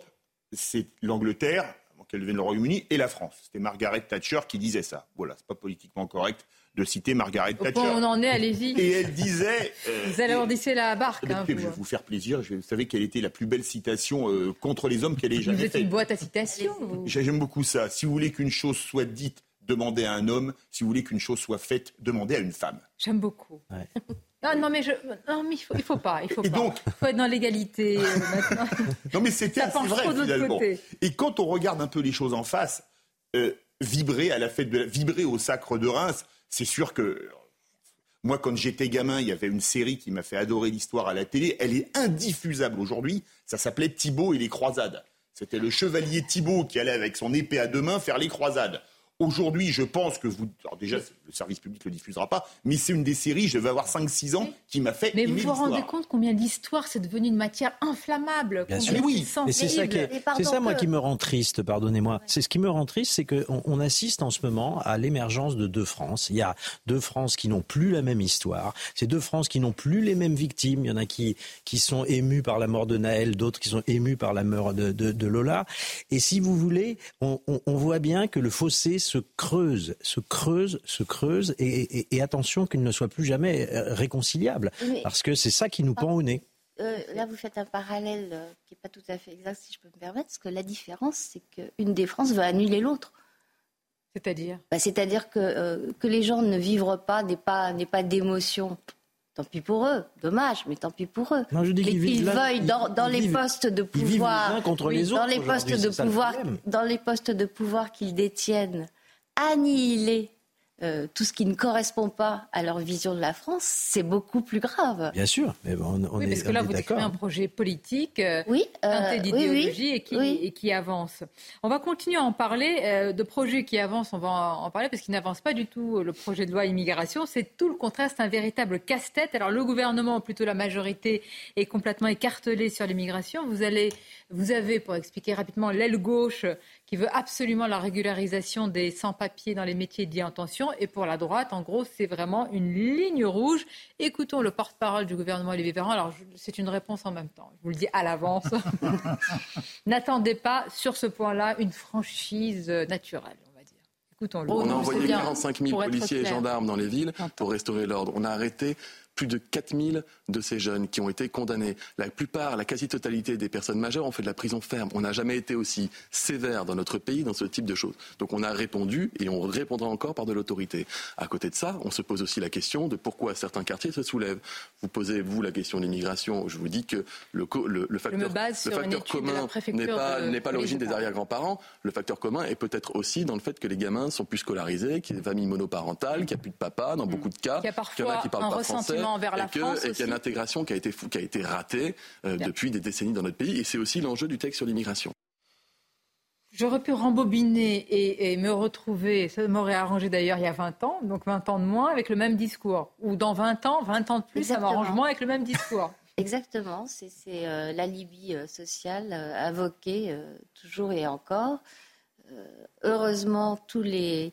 c'est l'Angleterre, avant qu'elle devienne le Royaume-Uni, et la France. C'était Margaret Thatcher qui disait ça. Voilà, c'est pas politiquement correct de citer Margaret Thatcher. On en est, allez-y. Et elle disait... vous allez ordisser la barque. Je vais vous faire plaisir. Vous savez quelle était la plus belle citation contre les hommes qu'elle ait jamais faite. Vous êtes une boîte à citations. J'aime beaucoup ça. Si vous voulez qu'une chose soit dite, demandez à un homme. Si vous voulez qu'une chose soit faite, demandez à une femme. J'aime beaucoup. Ouais. Non, mais il faut pas. Il faut être dans l'égalité maintenant. Non, mais c'est vrai finalement. Et quand on regarde un peu les choses en face, vibrer à la fête vibrer au Sacre de Reims, c'est sûr que moi, quand j'étais gamin, il y avait une série qui m'a fait adorer l'histoire à la télé. Elle est indiffusable aujourd'hui. Ça s'appelait Thibaut et les croisades. C'était le chevalier Thibaut qui allait avec son épée à deux mains faire les croisades. Aujourd'hui, je pense que alors déjà, le service public ne le diffusera pas, mais c'est une des séries, je devais avoir 5-6 ans, qui m'a fait aimer l'histoire. Mais vous vous rendez compte combien l'histoire, c'est devenu une matière inflammable. Bien sûr. Oui. Mais c'est ça, moi, qui me rend triste, pardonnez-moi. C'est ce qui me rend triste, c'est qu'on assiste en ce moment à l'émergence de deux France. Il y a deux France qui n'ont plus la même histoire. C'est deux France qui n'ont plus les mêmes victimes. Il y en a qui sont émus par la mort de Naël, d'autres qui sont émus par la mort de Lola. Et si vous voulez, on voit bien que le fossé se creuse, et attention qu'il ne soit plus jamais réconciliable, parce que c'est ça qui nous pend au nez. Là, vous faites un parallèle qui n'est pas tout à fait exact, si je peux me permettre, parce que la différence, c'est qu'une des France va annuler l'autre. C'est-à-dire c'est-à-dire que les gens ne vivent pas, n'aient pas d'émotion. Tant pis pour eux, dommage, mais tant pis pour eux. Non, je dis qu'ils veuillent dans les postes de pouvoir, dans les postes de pouvoir qu'ils détiennent, annihiler tout ce qui ne correspond pas à leur vision de la France, c'est beaucoup plus grave. Bien sûr, mais parce que là, vous décrivez un projet politique teinté d'idéologie et qui avance. On va continuer à en parler. De projets qui avancent, on va en parler parce qu'il n'avance pas du tout le projet de loi immigration. C'est tout le contraire, c'est un véritable casse-tête. Alors le gouvernement, ou plutôt la majorité, est complètement écartelé sur l'immigration. Vous avez, pour expliquer rapidement, l'aile gauche qui veut absolument la régularisation des sans-papiers dans les métiers dits en tension. Et pour la droite, en gros, c'est vraiment une ligne rouge. Écoutons le porte-parole du gouvernement, Olivier Véran. Alors, c'est une réponse en même temps. Je vous le dis à l'avance. N'attendez pas, sur ce point-là, une franchise naturelle, on va dire. Écoutons-le. On a envoyé 45 000 policiers et gendarmes dans les villes pour restaurer l'ordre. On a arrêté plus de 4 000 de ces jeunes qui ont été condamnés. La plupart, la quasi-totalité des personnes majeures ont fait de la prison ferme. On n'a jamais été aussi sévère dans notre pays dans ce type de choses. Donc on a répondu et on répondra encore par de l'autorité. À côté de ça, on se pose aussi la question de pourquoi certains quartiers se soulèvent. Vous posez, vous, la question de l'immigration. Je vous dis que le facteur commun n'est pas l'origine des arrière-grands-parents. Le facteur commun est peut-être aussi dans le fait que les gamins sont plus scolarisés, qu'il y a des familles monoparentales, qu'il n'y a plus de papa dans beaucoup de cas, qu'il y en a qui parlent pas français. Et qu'il y a une intégration qui a été ratée depuis des décennies dans notre pays. Et c'est aussi l'enjeu du texte sur l'immigration. J'aurais pu rembobiner et me retrouver, ça m'aurait arrangé d'ailleurs il y a 20 ans, donc 20 ans de moins avec le même discours. Ou dans 20 ans de plus, ça m'arrange moins avec le même discours. Exactement, c'est l'alibi social invoqué toujours et encore. Heureusement, tous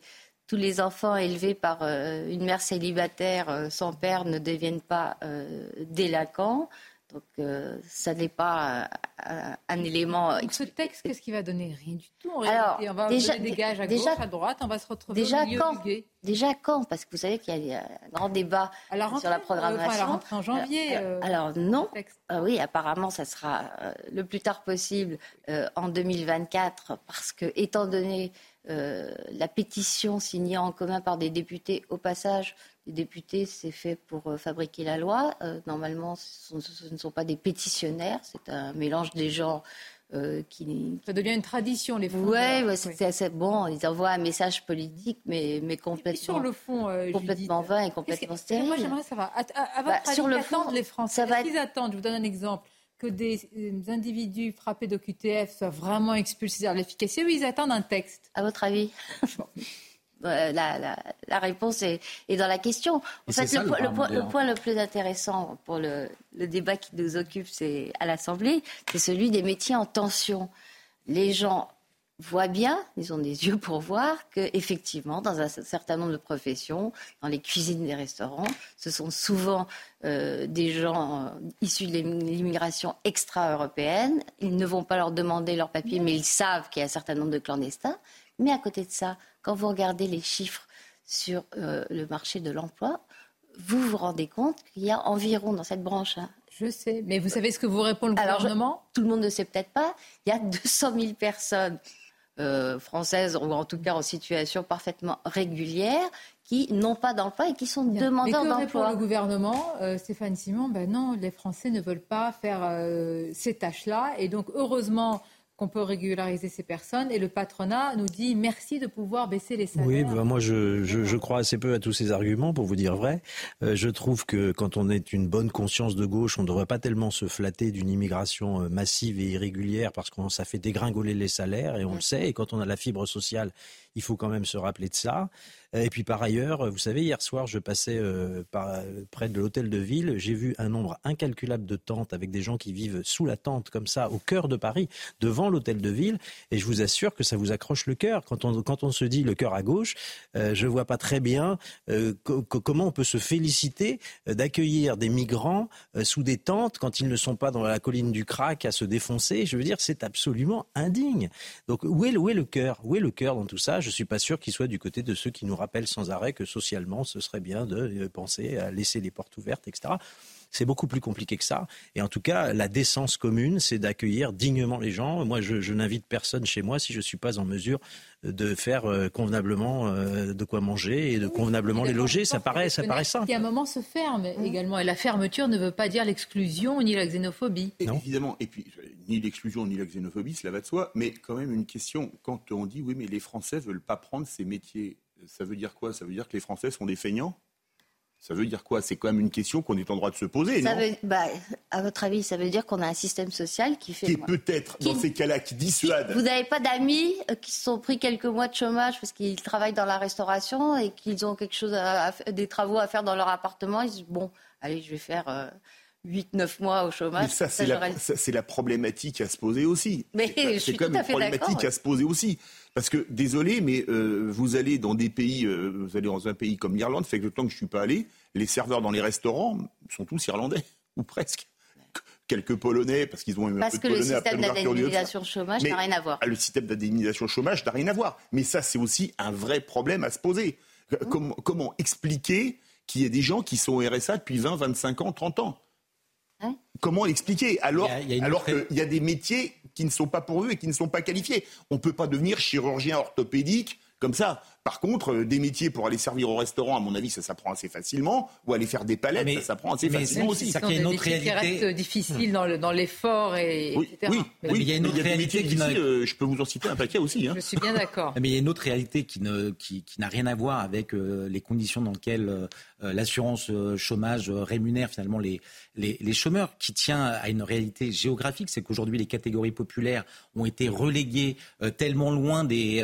les enfants élevés par une mère célibataire sans père ne deviennent pas délinquants. Donc ça n'est pas un élément... Donc ce texte, qu'est-ce qu'il va donner ? Rien du tout. On va donner des gages à gauche, à droite, on va se retrouver au milieu du guet. Déjà quand ? Parce que vous savez qu'il y a un grand débat sur la programmation. À la rentrée en janvier. Alors non, oui, apparemment ça sera le plus tard possible en 2024, parce que étant donné la pétition signée en commun par des députés, au passage, les députés, c'est fait pour fabriquer la loi. Normalement, ce ne sont pas des pétitionnaires, c'est un mélange des gens qui... Ça devient une tradition, les Français. Oui, c'est assez bon. Ils envoient un message politique, mais complètement... Et sur le fond, complètement vain et complètement stérile. Moi, j'aimerais savoir, à votre avis, qu'attendent les Français ? Est-ce qu'ils attendent, je vous donne un exemple, que des individus frappés d'OQTF soient vraiment expulsés à l'efficacité, ou ils attendent un texte ? À votre avis ? La réponse est dans la question. En fait, le point le plus intéressant pour le débat qui nous occupe, c'est à l'Assemblée, c'est celui des métiers en tension. Les gens voient bien, ils ont des yeux pour voir qu'effectivement, dans un certain nombre de professions, dans les cuisines des restaurants, ce sont souvent des gens issus de l'immigration extra-européenne. Ils ne vont pas leur demander leurs papiers, mais ils savent qu'il y a un certain nombre de clandestins. Mais à côté de ça, quand vous regardez les chiffres sur le marché de l'emploi, vous vous rendez compte qu'il y a environ dans cette branche... Je sais, mais vous savez ce que vous répond le gouvernement ? Tout le monde ne sait peut-être pas. Il y a 200 000 personnes françaises, ou en tout cas en situation parfaitement régulière, qui n'ont pas d'emploi et qui sont demandeurs d'emploi. Mais que répond le gouvernement, Stéphane Simon ? Non, les Français ne veulent pas faire ces tâches-là. Et donc, heureusement qu'on peut régulariser ces personnes. Et le patronat nous dit merci de pouvoir baisser les salaires. Oui, moi je crois assez peu à tous ces arguments, pour vous dire vrai. Je trouve que quand on est une bonne conscience de gauche, on ne devrait pas tellement se flatter d'une immigration massive et irrégulière parce que ça fait dégringoler les salaires, et on le sait. Et quand on a la fibre sociale, il faut quand même se rappeler de ça. Et puis par ailleurs, vous savez, hier soir, je passais près de l'hôtel de ville. J'ai vu un nombre incalculable de tentes avec des gens qui vivent sous la tente, comme ça, au cœur de Paris, devant l'hôtel de ville. Et je vous assure que ça vous accroche le cœur. Quand on se dit le cœur à gauche, je ne vois pas très bien comment on peut se féliciter d'accueillir des migrants sous des tentes quand ils ne sont pas dans la colline du Crac à se défoncer. Je veux dire, c'est absolument indigne. Donc où est le cœur ? Où est le cœur dans tout ça ? Je ne suis pas sûr qu'il soit du côté de ceux qui nous rappellent sans arrêt que socialement, ce serait bien de penser à laisser les portes ouvertes, etc. C'est beaucoup plus compliqué que ça. Et en tout cas, la décence commune, c'est d'accueillir dignement les gens. Moi, je n'invite personne chez moi si je ne suis pas en mesure de faire convenablement de quoi manger et de convenablement les loger. Ça paraît simple. Qui à un moment se ferme également. Et la fermeture ne veut pas dire l'exclusion ni la xénophobie. Évidemment. Et puis, ni l'exclusion ni la xénophobie, cela va de soi. Mais quand même une question, quand on dit oui, mais les Français ne veulent pas prendre ces métiers, ça veut dire quoi ? Ça veut dire que les Français sont des feignants ? Ça veut dire quoi ? C'est quand même une question qu'on est en droit de se poser, non ? À votre avis, ça veut dire qu'on a un système social qui fait... Qui est peut-être, dans ces cas-là, qui dissuade. Vous n'avez pas d'amis qui se sont pris quelques mois de chômage parce qu'ils travaillent dans la restauration et qu'ils ont quelque chose des travaux à faire dans leur appartement. Ils disent, bon, allez, je vais faire 8-9 mois au chômage. Mais ça, c'est la problématique à se poser aussi. Mais je suis tout à fait d'accord. C'est quand même une problématique à se poser aussi. Parce que, désolé, mais vous allez dans des pays, vous allez dans un pays comme l'Irlande, fait que le temps que je ne suis pas allé, les serveurs dans les restaurants sont tous irlandais, ou presque. Quelques Polonais, parce qu'ils ont un peu de Polonais après l'ouverture du... Parce que le système d'indemnisation chômage n'a rien à voir. Le système d'indemnisation chômage n'a rien à voir. Mais ça, c'est aussi un vrai problème à se poser. Comment expliquer qu'il y ait des gens qui sont au RSA depuis 20, 25 ans, 30 ans ? Comment l'expliquer alors qu'il y a des métiers qui ne sont pas pourvus et qui ne sont pas qualifiés. On ne peut pas devenir chirurgien orthopédique comme ça. Par contre, des métiers pour aller servir au restaurant, à mon avis, ça s'apprend assez facilement. Ou aller faire des palettes, ça s'apprend assez facilement aussi. C'est une autre réalité. Qui reste difficile dans l'effort, etc. Oui, mais il y a une autre réalité qui je peux vous en citer un paquet aussi. Je suis bien d'accord. Mais il y a une autre réalité qui n'a rien à voir avec les conditions dans lesquelles l'assurance chômage rémunère finalement les chômeurs, qui tient à une réalité géographique. C'est qu'aujourd'hui, les catégories populaires ont été reléguées tellement loin des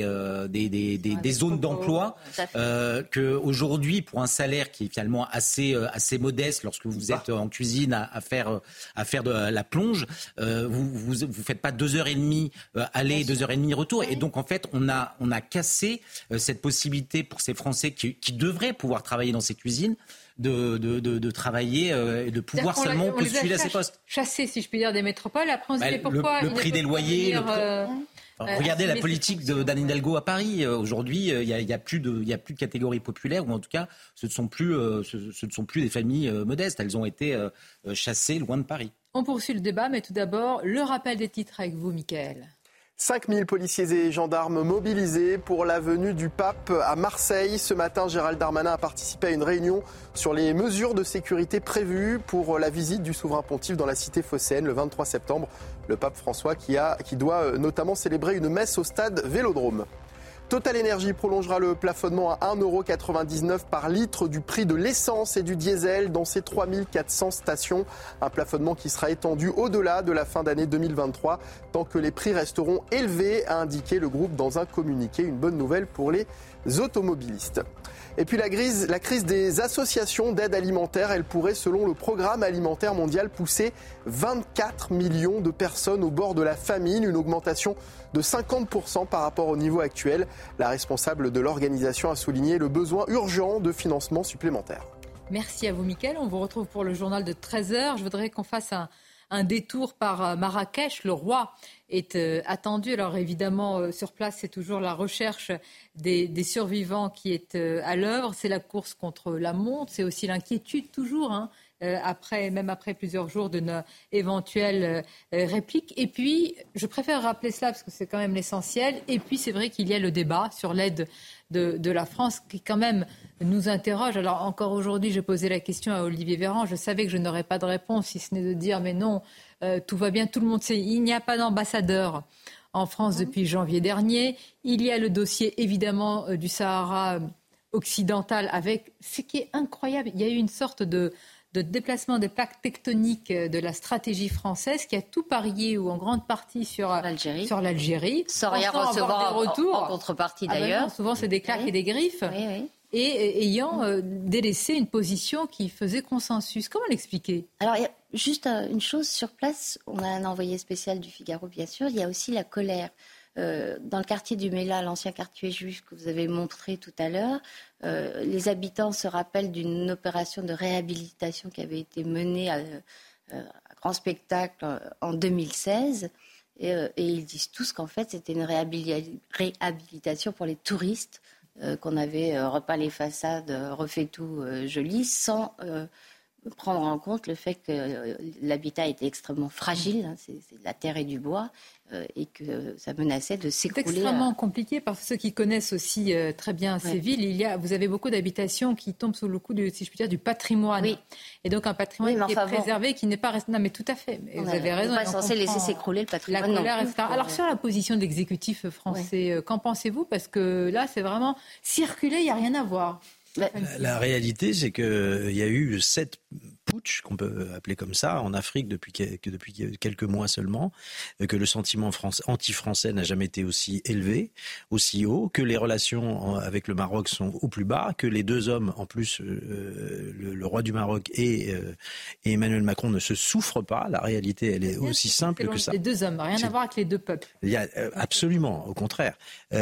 zones d'emploi qu'aujourd'hui, pour un salaire qui est finalement assez modeste, lorsque vous êtes en cuisine à faire de la plonge, vous faites pas 2h30 aller, 2h30 retour. Et donc en fait, on a cassé cette possibilité pour ces Français qui devraient pouvoir travailler dans ces cuisines de travailler et de pouvoir seulement postuler à ces postes. Chasser, si je puis dire, des métropoles. Après, on se dit pourquoi le prix des loyers. Regardez la politique d'Anne Hidalgo à Paris. Aujourd'hui, il y a plus de catégories populaires, ou en tout cas, ce ne sont plus des familles modestes. Elles ont été chassées loin de Paris. On poursuit le débat, mais tout d'abord, le rappel des titres avec vous, Mickaël. 5000 policiers et gendarmes mobilisés pour la venue du pape à Marseille. Ce matin, Gérald Darmanin a participé à une réunion sur les mesures de sécurité prévues pour la visite du souverain pontife dans la cité phocéenne le 23 septembre. Le pape François qui doit notamment célébrer une messe au stade Vélodrome. Total Energy prolongera le plafonnement à 1,99 € par litre du prix de l'essence et du diesel dans ses 3400 stations. Un plafonnement qui sera étendu au-delà de la fin d'année 2023 tant que les prix resteront élevés, a indiqué le groupe dans un communiqué. Une bonne nouvelle pour les automobilistes. Et puis la crise des associations d'aide alimentaire, elle pourrait, selon le Programme alimentaire mondial, pousser 24 millions de personnes au bord de la famine, une augmentation de 50% par rapport au niveau actuel. La responsable de l'organisation a souligné le besoin urgent de financement supplémentaire. Merci à vous, Mickaël. On vous retrouve pour le journal de 13h. Je voudrais qu'on fasse un détour par Marrakech. Le roi est attendu. Alors évidemment, sur place, c'est toujours la recherche des survivants qui est à l'œuvre. C'est la course contre la montre. C'est aussi l'inquiétude toujours, même après plusieurs jours d'une éventuelle réplique. Et puis, je préfère rappeler cela parce que c'est quand même l'essentiel. Et puis, c'est vrai qu'il y a le débat sur l'aide de la France qui quand même nous interroge. Alors encore aujourd'hui, j'ai posé la question à Olivier Véran. Je savais que je n'aurais pas de réponse, si ce n'est de dire mais non, tout va bien, tout le monde sait. Il n'y a pas d'ambassadeur en France depuis janvier dernier. Il y a le dossier évidemment du Sahara occidental avec ce qui est incroyable. Il y a eu une sorte de déplacement des plaques tectoniques de la stratégie française qui a tout parié ou en grande partie sur l'Algérie. Sans rien recevoir en contrepartie d'ailleurs. Souvent c'est des claques et des griffes. Oui. Et ayant délaissé une position qui faisait consensus. Comment l'expliquer ? Alors, il y a juste une chose sur place. On a un envoyé spécial du Figaro, bien sûr. Il y a aussi la colère. Dans le quartier du Mela, l'ancien quartier juif que vous avez montré tout à l'heure, les habitants se rappellent d'une opération de réhabilitation qui avait été menée à grand spectacle en 2016. Et ils disent tous qu'en fait, c'était une réhabilitation pour les touristes, qu'on avait repeint les façades, refait tout joli, sans prendre en compte le fait que l'habitat était extrêmement fragile, c'est de la terre et du bois, et que ça menaçait de s'écrouler. C'est extrêmement compliqué parce que ceux qui connaissent aussi très bien ces villes, vous avez beaucoup d'habitations qui tombent sous le coup, si je puis dire, du patrimoine. Oui. Et donc un patrimoine qui est préservé, qui n'est pas resté. Non, mais tout à fait. Vous avez raison. On n'est pas censé laisser s'écrouler le patrimoine. La colère, etc. Alors sur la position de l'exécutif français, qu'en pensez-vous ? Parce que là, c'est vraiment circuler, il n'y a rien à voir. La réalité, c'est qu'il y a eu 7 putsch, qu'on peut appeler comme ça, en Afrique depuis quelques mois seulement, que le sentiment anti-français n'a jamais été aussi élevé, aussi haut, que les relations avec le Maroc sont au plus bas, que les deux hommes, en plus, le roi du Maroc et Emmanuel Macron ne se souffrent pas. La réalité, elle est aussi simple que ça. Les deux hommes, rien à voir avec les deux peuples. Il y a, absolument, au contraire.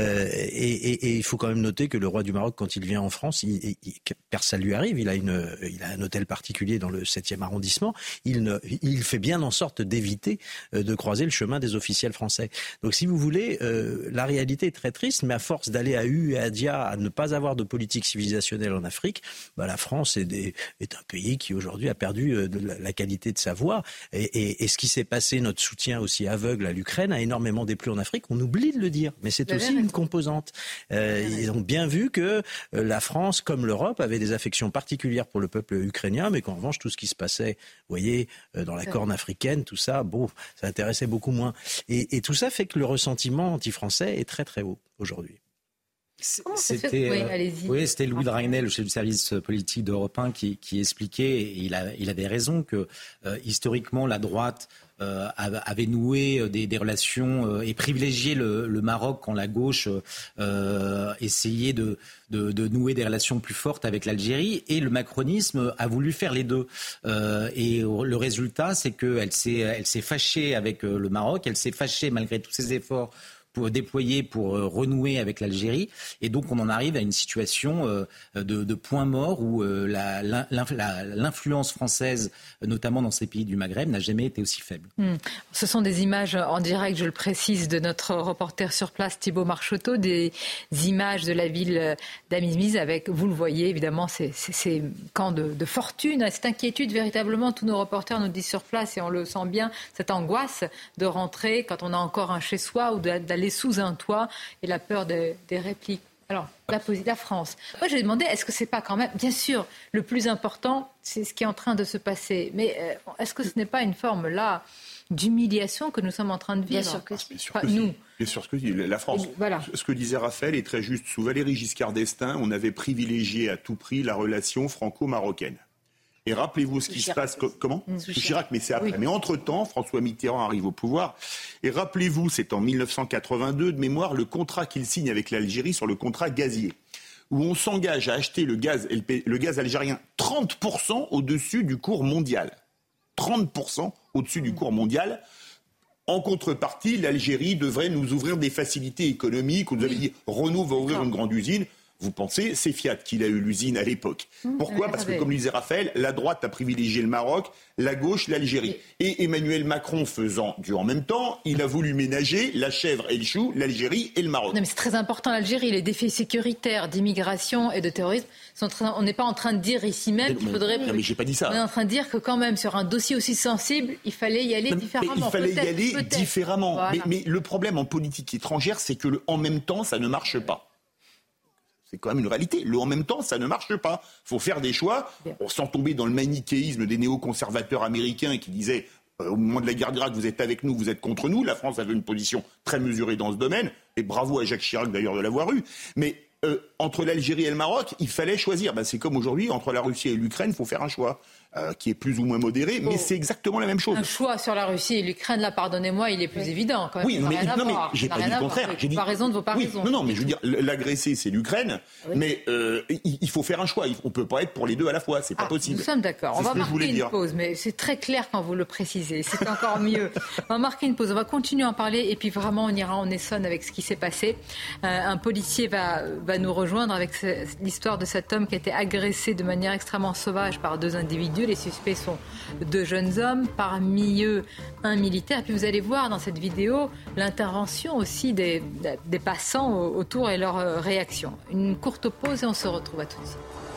Et il faut quand même noter que le roi du Maroc, quand il vient en France, ça lui arrive, il a un hôtel particulier dans le 7e arrondissement, il fait bien en sorte d'éviter de croiser le chemin des officiels français. Donc si vous voulez, la réalité est très triste, mais à force d'aller à U et à Dia, à ne pas avoir de politique civilisationnelle en Afrique, la France est un pays qui aujourd'hui a perdu la qualité de sa voix. Et ce qui s'est passé, notre soutien aussi aveugle à l'Ukraine, a énormément déplu en Afrique. On oublie de le dire, mais c'est aussi une composante. Ils ont bien vu que la France, comme l'Europe, avait des affections particulières pour le peuple ukrainien, mais qu'en revanche, tout ce qui se passait, vous voyez, dans la Corne africaine, tout ça, ça intéressait beaucoup moins. Et tout ça fait que le ressentiment anti-français est très très haut aujourd'hui. C'était Louis de Ragnel, le chef du service politique d'Europe 1, qui expliquait, et il avait raison, que historiquement la droite avait noué des relations et privilégié le Maroc quand la gauche essayait de nouer des relations plus fortes avec l'Algérie, et le macronisme a voulu faire les deux. Et le résultat, c'est qu'elle s'est fâchée avec le Maroc, elle s'est fâchée malgré tous ses efforts pour renouer avec l'Algérie. Et donc, on en arrive à une situation de point mort où l'influence française, notamment dans ces pays du Maghreb, n'a jamais été aussi faible. Ce sont des images en direct, je le précise, de notre reporter sur place, Thibaut Marcheteau, des images de la ville d'Amizmiz avec, vous le voyez, évidemment, ces camps de fortune, cette inquiétude, véritablement, tous nos reporters nous disent sur place, et on le sent bien, cette angoisse de rentrer quand on a encore un chez-soi ou d'aller sous un toit, et la peur des répliques. Alors, la France. Moi, j'ai demandé, est-ce que c'est pas quand même, bien sûr, le plus important, c'est ce qui est en train de se passer. Mais est-ce que ce n'est pas une forme, là, d'humiliation que nous sommes en train de vivre ? Bien sûr que si. Nous. Bien sûr que si. La France. Voilà. Ce que disait Raphaël est très juste. Sous Valéry Giscard d'Estaing, on avait privilégié à tout prix la relation franco-marocaine. Et rappelez-vous ce qui se passe... Comment ? Sous Chirac, mais c'est après. Oui. Mais entre-temps, François Mitterrand arrive au pouvoir. Et rappelez-vous, c'est en 1982, de mémoire, le contrat qu'il signe avec l'Algérie sur le contrat gazier. où on s'engage à acheter le gaz algérien 30% au-dessus du cours mondial. 30% au-dessus du cours mondial. En contrepartie, l'Algérie devrait nous ouvrir des facilités économiques. On nous avait dit, Renault va ouvrir une grande usine. Vous pensez, c'est Fiat qui a eu l'usine à l'époque. Pourquoi ? Parce que, comme le disait Raphaël, la droite a privilégié le Maroc, la gauche l'Algérie. Et Emmanuel Macron faisant du en même temps, il a voulu ménager la chèvre et le chou, l'Algérie et le Maroc. Non, mais c'est très important, l'Algérie. Les défis sécuritaires, d'immigration et de terrorisme, on n'est pas en train de dire ici même qu'il faudrait... Non, mais j'ai pas dit ça. On est en train de dire que quand même, sur un dossier aussi sensible, il fallait y aller différemment. Il fallait y aller différemment. Voilà. Mais le problème en politique étrangère, c'est que le en même temps, ça ne marche pas. C'est quand même une réalité. Le en même temps, ça ne marche pas. Il faut faire des choix, sans tomber dans le manichéisme des néoconservateurs américains qui disaient au moment de la guerre d'Irak, vous êtes avec nous, vous êtes contre nous. La France avait une position très mesurée dans ce domaine, et bravo à Jacques Chirac d'ailleurs de l'avoir eu. Mais entre l'Algérie et le Maroc, il fallait choisir. C'est comme aujourd'hui, entre la Russie et l'Ukraine, il faut faire un choix. Qui est plus ou moins modéré, mais c'est exactement la même chose. Un choix sur la Russie et l'Ukraine, là, pardonnez-moi, il est plus évident. Quand même. Oui, mais j'ai pas dit le contraire. J'ai dit... Pas raison de vos pas raisons. Non, mais je veux dire, l'agressé, c'est l'Ukraine, mais il faut faire un choix. On peut pas être pour les deux à la fois, c'est pas possible. Nous sommes d'accord. On va marquer une pause, mais c'est très clair quand vous le précisez. C'est encore mieux. On va marquer une pause, on va continuer à en parler, et puis vraiment, on ira en Essonne avec ce qui s'est passé. Un policier va nous rejoindre avec l'histoire de cet homme qui a été agressé de manière extrêmement sauvage par deux individus. Les suspects sont deux jeunes hommes, parmi eux un militaire. Et puis vous allez voir dans cette vidéo l'intervention aussi des passants autour et leur réaction. Une courte pause et on se retrouve à tout de suite.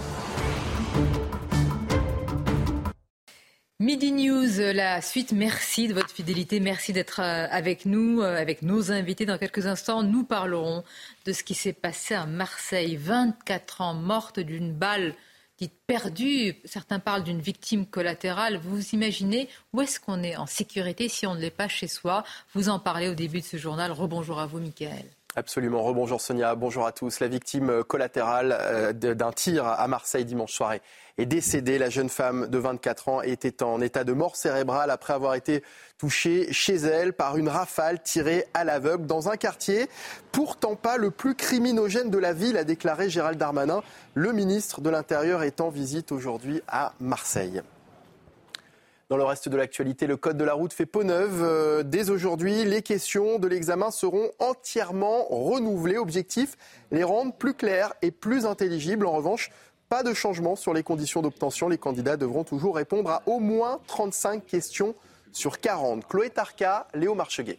Midi News, la suite, merci de votre fidélité, merci d'être avec nous, avec nos invités. Dans quelques instants, nous parlerons de ce qui s'est passé à Marseille. 24 ans, morte d'une balle dite perdue. Certains parlent d'une victime collatérale. Vous imaginez où est-ce qu'on est en sécurité si on ne l'est pas chez soi ? Vous en parlez au début de ce journal. Rebonjour à vous, Mickaël. Absolument. Rebonjour Sonia, bonjour à tous. La victime collatérale d'un tir à Marseille dimanche soirée est décédée. La jeune femme de 24 ans était en état de mort cérébrale après avoir été touchée chez elle par une rafale tirée à l'aveugle dans un quartier pourtant pas le plus criminogène de la ville, a déclaré Gérald Darmanin. Le ministre de l'Intérieur est en visite aujourd'hui à Marseille. Dans le reste de l'actualité, le code de la route fait peau neuve. Dès aujourd'hui, les questions de l'examen seront entièrement renouvelées. Objectif, les rendre plus claires et plus intelligibles. En revanche, pas de changement sur les conditions d'obtention. Les candidats devront toujours répondre à au moins 35 questions sur 40. Chloé Tarka, Léo Marcheguet.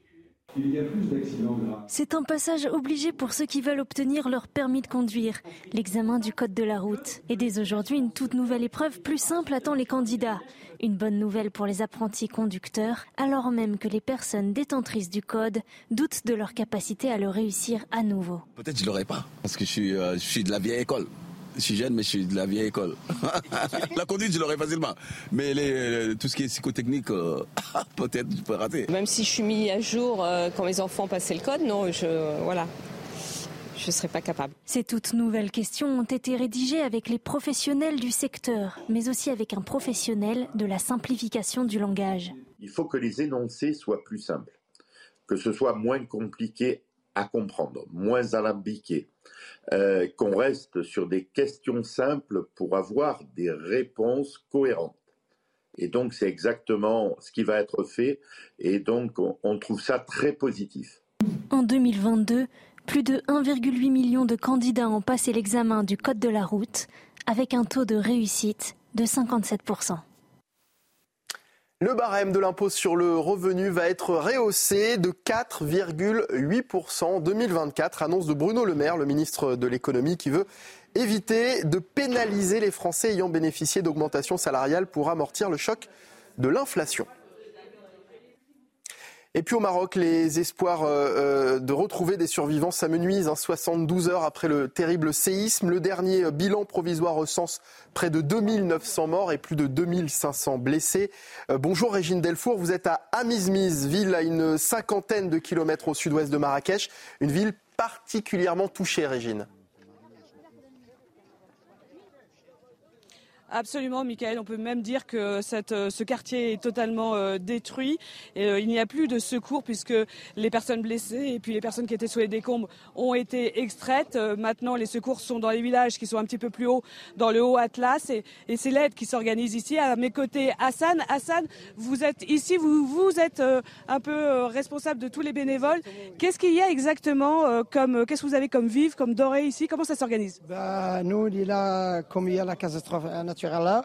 C'est un passage obligé pour ceux qui veulent obtenir leur permis de conduire, l'examen du code de la route. Et dès aujourd'hui, une toute nouvelle épreuve plus simple attend les candidats. Une bonne nouvelle pour les apprentis conducteurs, alors même que les personnes détentrices du code doutent de leur capacité à le réussir à nouveau. Peut-être que je ne l'aurai pas, parce que je suis de la vieille école. Je suis jeune, mais je suis de la vieille école. La conduite, je l'aurai facilement. Mais tout ce qui est psychotechnique, peut-être je peux rater. Même si je suis mis à jour quand mes enfants passaient le code, non, je ne serais pas capable. Ces toutes nouvelles questions ont été rédigées avec les professionnels du secteur, mais aussi avec un professionnel de la simplification du langage. Il faut que les énoncés soient plus simples, que ce soit moins compliqué à comprendre, moins alambiqué. Qu'on reste sur des questions simples pour avoir des réponses cohérentes. Et donc, c'est exactement ce qui va être fait. Et donc, on trouve ça très positif. En 2022, plus de 1,8 million de candidats ont passé l'examen du code de la route, avec un taux de réussite de 57%. Le barème de l'impôt sur le revenu va être rehaussé de 4,8% en 2024, annonce de Bruno Le Maire, le ministre de l'économie, qui veut éviter de pénaliser les Français ayant bénéficié d'augmentations salariales pour amortir le choc de l'inflation. Et puis au Maroc, les espoirs de retrouver des survivants s'amenuisent. 72 heures après le terrible séisme, le dernier bilan provisoire recense près de 2900 morts et plus de 2500 blessés. Bonjour Régine Delfour, vous êtes à Amizmiz, ville à une 50aine de kilomètres au sud-ouest de Marrakech. Une ville particulièrement touchée, Régine. Absolument, Mickaël. On peut même dire que ce quartier est totalement détruit. Et, il n'y a plus de secours puisque les personnes blessées et puis les personnes qui étaient sous les décombres ont été extraites. Maintenant, les secours sont dans les villages qui sont un petit peu plus haut, dans le Haut-Atlas. Et c'est l'aide qui s'organise ici. À mes côtés, Hassan. Hassan, vous êtes ici, vous êtes un peu responsable de tous les bénévoles. Qu'est-ce qu'il y a exactement qu'est-ce que vous avez comme vivre, comme denrées ici? Comment ça s'organise? Nous, il est là, comme il y a la catastrophe naturelle là,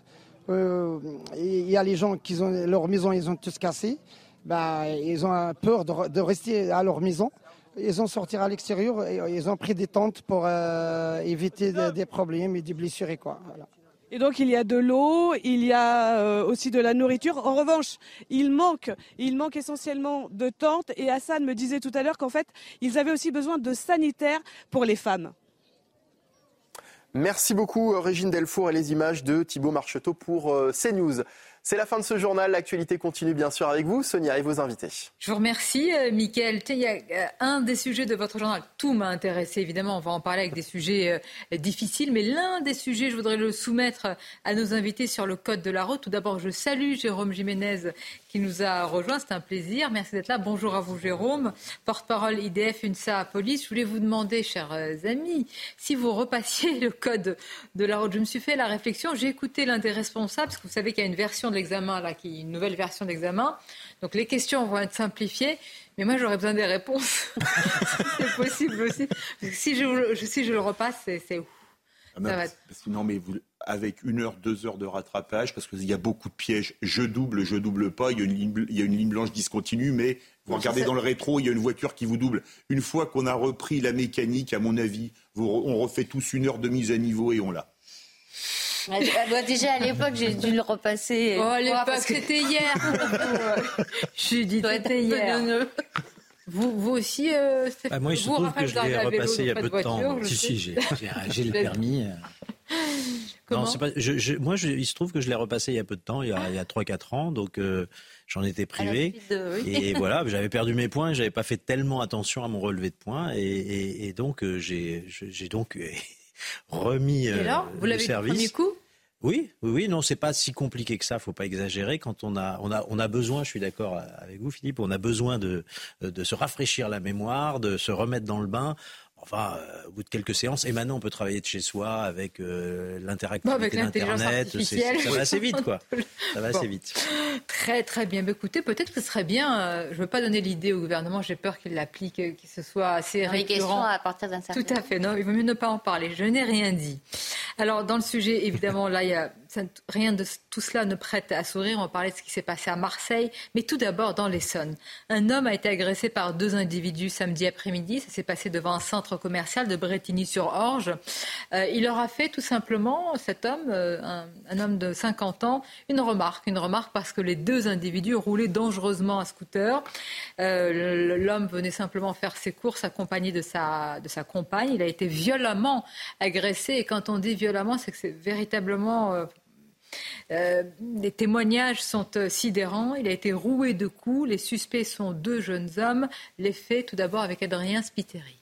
il y a les gens qui ont leur maison, ils ont tous cassé. Ils ont peur de rester à leur maison. Ils ont sorti à l'extérieur et ils ont pris des tentes pour éviter des problèmes et des blessures et quoi. Voilà. Et donc il y a de l'eau, il y a aussi de la nourriture. En revanche, il manque essentiellement de tentes. Et Hassan me disait tout à l'heure qu'en fait, ils avaient aussi besoin de sanitaires pour les femmes. Merci beaucoup Régine Delfour et les images de Thibaut Marcheteau pour CNews. C'est la fin de ce journal. L'actualité continue bien sûr avec vous, Sonia, et vos invités. Je vous remercie, Mickaël. Il y a un des sujets de votre journal. Tout m'a intéressé, évidemment. On va en parler avec des sujets difficiles. Mais l'un des sujets, je voudrais le soumettre à nos invités sur le code de la route. Tout d'abord, je salue Jérôme Jiménez qui nous a rejoint. C'est un plaisir. Merci d'être là. Bonjour à vous, Jérôme. Porte-parole IDF, UNSA, Police. Je voulais vous demander, chers amis, si vous repassiez le code de la route. Je me suis fait la réflexion. J'ai écouté l'un des responsables, parce que vous savez qu'il y a une version de l'examen, là, une nouvelle version d'examen. Donc les questions vont être simplifiées. Mais moi, j'aurais besoin des réponses. C'est possible aussi. Parce que si je le repasse, c'est ouf. Non, mais avec 1 heure, 2 heures de rattrapage, parce qu'il y a beaucoup de pièges. Je double pas. Il y a une ligne blanche discontinue, mais vous regardez dans le rétro, il y a une voiture qui vous double. Une fois qu'on a repris la mécanique, à mon avis, on refait tous 1 heure de mise à niveau et on l'a. Déjà à l'époque, j'ai dû le repasser. À l'époque, c'était hier. J'ai dit c'était hier. Vous aussi, moi, il se trouve que je l'ai repassé il y a peu de temps. Si, j'ai le permis. Non, c'est pas. Il se trouve que je l'ai repassé il y a peu de temps, il y a 3-4 ans, donc j'en étais privé. Et voilà, j'avais perdu mes points, j'avais pas fait tellement attention à mon relevé de points, et donc j'ai donc remis et alors, vous l'avez le service. Du premier coup ? Oui, non, c'est pas si compliqué que ça, faut pas exagérer. Quand on a besoin, je suis d'accord avec vous, Philippe, on a besoin de se rafraîchir la mémoire, de se remettre dans le bain. Enfin, au bout de quelques séances, et maintenant on peut travailler de chez soi avec l'interactivité d'Internet. Ça va assez vite, quoi. Ça va assez vite. Très, très bien. Écoutez, peut-être que ce serait bien, je ne veux pas donner l'idée au gouvernement, j'ai peur qu'il l'applique, qu'il se soit assez récurrent. Les questions à partir d'un certain Tout à fait. Non, il vaut mieux ne pas en parler. Je n'ai rien dit. Alors, dans le sujet, évidemment, là, rien de tout cela ne prête à sourire. On parlait de ce qui s'est passé à Marseille. Mais tout d'abord, dans l'Essonne. Un homme a été agressé par 2 individus samedi après-midi. Ça s'est passé devant un centre commercial de Brétigny-sur-Orge. Il leur a fait tout simplement, cet homme, un homme de 50 ans, une remarque parce que les 2 individus roulaient dangereusement à scooter. L'homme venait simplement faire ses courses accompagné de sa compagne. Il a été violemment agressé. Et quand on dit violemment, c'est que c'est véritablement... les témoignages sont sidérants. Il a été roué de coups. Les suspects sont 2 jeunes hommes. Les faits, tout d'abord, avec Adrien Spiteri.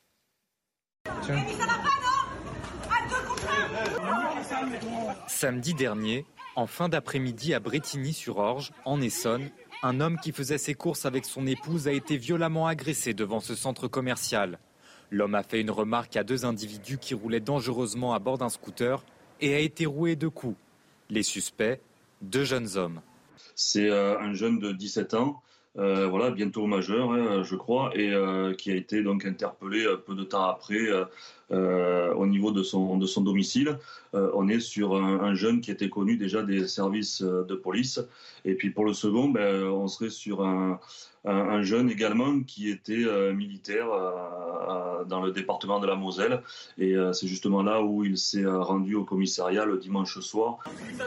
Samedi dernier, en fin d'après-midi à Brétigny-sur-Orge, en Essonne, un homme qui faisait ses courses avec son épouse a été violemment agressé devant ce centre commercial. L'homme a fait une remarque à 2 individus qui roulaient dangereusement à bord d'un scooter et a été roué de coups. Les suspects, 2 jeunes hommes. C'est un jeune de 17 ans, bientôt majeur, je crois, et qui a été donc interpellé peu de temps après au niveau de son domicile. On est sur un jeune qui était connu déjà des services de police. Et puis pour le second, on serait sur un jeune également qui était militaire dans le département de la Moselle. Et c'est justement là où il s'est rendu au commissariat le dimanche soir.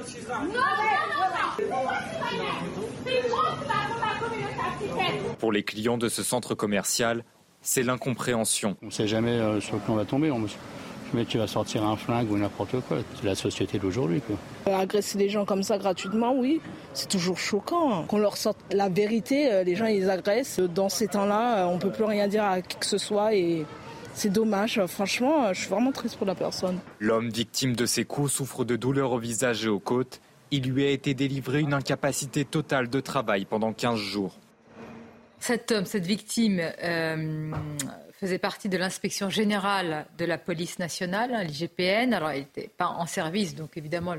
Pour les clients de ce centre commercial, c'est l'incompréhension. On ne sait jamais sur quoi on va tomber. Le mec qui va sortir un flingue ou n'importe quoi. C'est la société d'aujourd'hui, quoi. Agresser les gens comme ça gratuitement, oui, c'est toujours choquant. Qu'on leur sorte la vérité, les gens ils agressent. Dans ces temps-là, on ne peut plus rien dire à qui que ce soit et C'est dommage, franchement, je suis vraiment triste pour la personne. L'homme victime de ces coups souffre de douleurs au visage et aux côtes. Il lui a été délivré une incapacité totale de travail pendant 15 jours. Cet homme, cette victime, faisait partie de l'inspection générale de la police nationale, l'IGPN. Alors, il n'était pas en service, donc évidemment,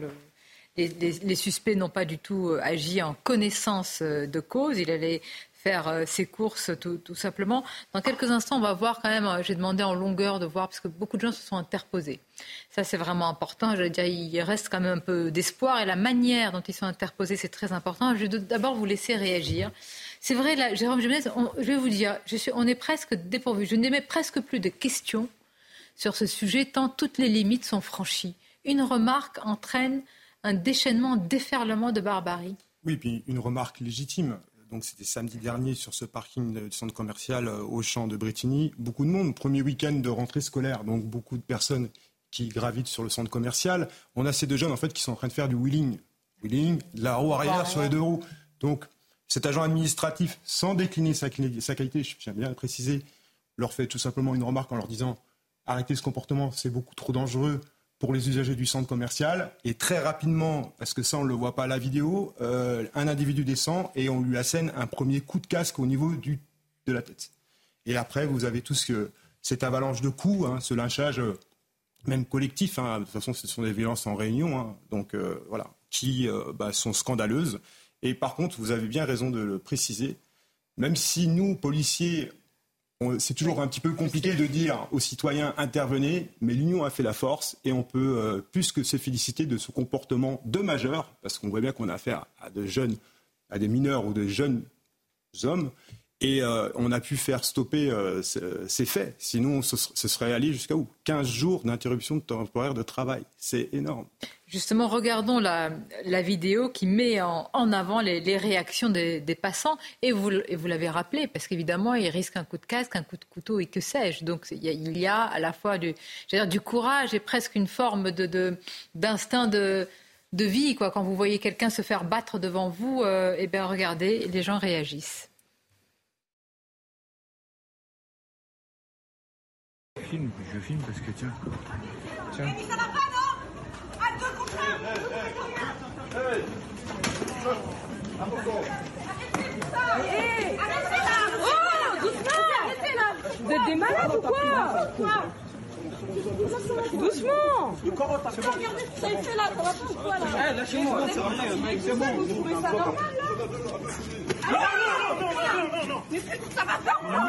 les suspects n'ont pas du tout agi en connaissance de cause. Il allait faire ses courses tout simplement. Dans quelques instants, on va voir quand même, j'ai demandé en longueur de voir, parce que beaucoup de gens se sont interposés. Ça, c'est vraiment important. Je veux dire, il reste quand même un peu d'espoir, et la manière dont ils sont interposés, c'est très important. Je vais d'abord vous laisser réagir. C'est vrai, là, Jérôme Jiménez, je vais vous dire, on est presque dépourvu. Je n'émets presque plus de questions sur ce sujet, tant toutes les limites sont franchies. Une remarque entraîne un déchaînement, un déferlement de barbarie. Oui, puis une remarque légitime. Donc c'était samedi dernier sur ce parking du centre commercial Auchan de Brétigny. Beaucoup de monde, premier week-end de rentrée scolaire, donc beaucoup de personnes qui gravitent sur le centre commercial. On a ces deux jeunes en fait qui sont en train de faire du wheeling, de la roue arrière sur les deux roues. Donc cet agent administratif, sans décliner sa qualité, je tiens bien à le préciser, leur fait tout simplement une remarque en leur disant « Arrêtez ce comportement, c'est beaucoup trop dangereux pour les usagers du centre commercial ». Et très rapidement, parce que ça on ne le voit pas à la vidéo, un individu descend et on lui assène un premier coup de casque au niveau de la tête. Et après, vous avez tout cette avalanche de coups, ce lynchage même collectif. De toute façon, ce sont des violences en réunion, donc voilà, qui sont scandaleuses. Et par contre, vous avez bien raison de le préciser, même si nous, policiers, c'est toujours un petit peu compliqué de dire aux citoyens intervenez, mais l'union a fait la force et on peut plus que se féliciter de ce comportement de majeurs, parce qu'on voit bien qu'on a affaire à des mineurs ou de jeunes hommes, et on a pu faire stopper ces faits. Sinon, ce serait allé jusqu'à où 15 jours d'interruption temporaire de travail. C'est énorme. Justement, regardons la vidéo qui met en avant les réactions des passants. Et vous l'avez rappelé, parce qu'évidemment, ils risquent un coup de casque, un coup de couteau et que sais-je. Donc, il y a à la fois du courage et presque une forme d'instinct de vie, quoi. Quand vous voyez quelqu'un se faire battre devant vous, regardez, les gens réagissent. Je filme parce que tiens. Mais ça va pas, non? À deux contre un. Arrêtez là. Oh, doucement. Arrêtez là. Vous êtes des malades ou quoi? Doucement. Regardez ce que vous avez fait là, ça va pas ou quoi là? Lâchez-moi, c'est rien, mec, c'est bon. Vous trouvez ça normal là? Non. Mais ça va pas ou quoi?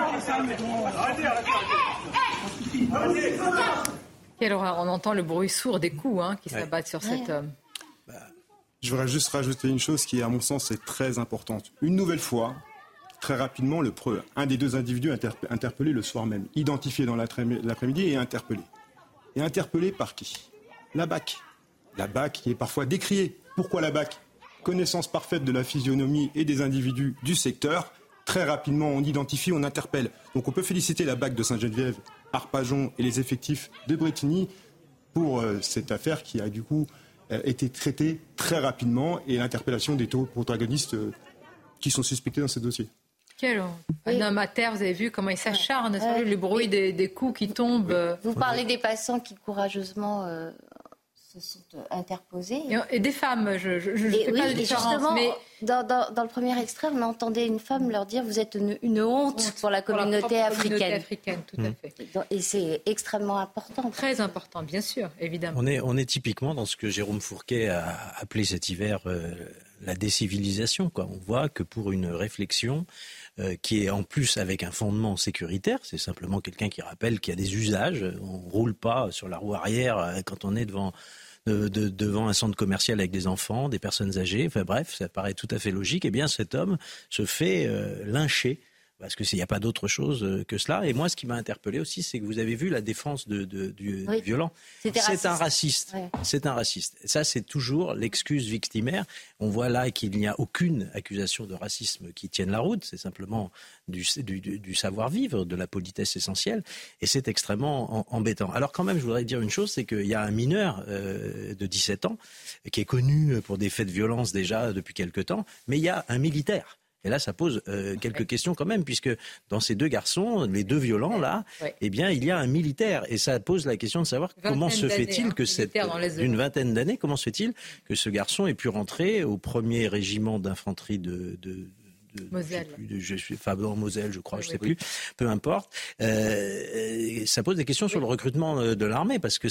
Quelle horreur, on entend le bruit sourd des coups qui s'abattent sur cet homme. Je voudrais juste rajouter une chose qui, à mon sens, est très importante. Une nouvelle fois, très rapidement, un des deux individus interpellé le soir même, identifié dans l'après-midi et interpellé. Et interpellé par qui? La BAC. La BAC qui est parfois décriée. Pourquoi la BAC? Connaissance parfaite de la physionomie et des individus du secteur. Très rapidement, on identifie, on interpelle. Donc on peut féliciter la BAC de Sainte-Geneviève, Arpajon et les effectifs de Brétigny pour cette affaire qui a du coup été traitée très rapidement et l'interpellation des protagonistes qui sont suspectés dans ce dossier. Un homme à terre, vous avez vu comment il s'acharne, le bruit des coups qui tombent. Vous parlez des passants qui courageusement se sont interposés. Et des femmes, je ne fais pas de différence. Mais dans le premier extrait, on entendait une femme leur dire « Vous êtes une honte pour la communauté africaine ». Tout à fait. Et c'est extrêmement important. Très important, bien sûr, évidemment. On est typiquement dans ce que Jérôme Fourquet a appelé cet hiver la décivilisation, quoi. On voit que pour une réflexion qui est en plus avec un fondement sécuritaire, c'est simplement quelqu'un qui rappelle qu'il y a des usages. On ne roule pas sur la roue arrière quand on est devant un centre commercial avec des enfants, des personnes âgées, enfin bref, ça paraît tout à fait logique. Eh bien, cet homme se fait lyncher, parce qu'il n'y a pas d'autre chose que cela. Et moi, ce qui m'a interpellé aussi, c'est que vous avez vu la défense du violent. C'est un raciste. Ouais. C'est un raciste. Ça, c'est toujours l'excuse victimaire. On voit là qu'il n'y a aucune accusation de racisme qui tienne la route. C'est simplement du savoir-vivre, de la politesse essentielle. Et c'est extrêmement embêtant. Alors quand même, je voudrais dire une chose, c'est qu'il y a un mineur de 17 ans qui est connu pour des faits de violence déjà depuis quelque temps, mais il y a un militaire. Et là, ça pose quelques questions quand même, puisque dans ces deux garçons, les deux violents, là, eh bien, il y a un militaire. Et ça pose la question de savoir comment se fait-il que d'une vingtaine d'années, comment se fait-il que ce garçon ait pu rentrer au 1er régiment d'infanterie de Moselle. En Moselle, je crois, je ne sais plus, peu importe. Ça pose des questions sur le recrutement de l'armée, parce que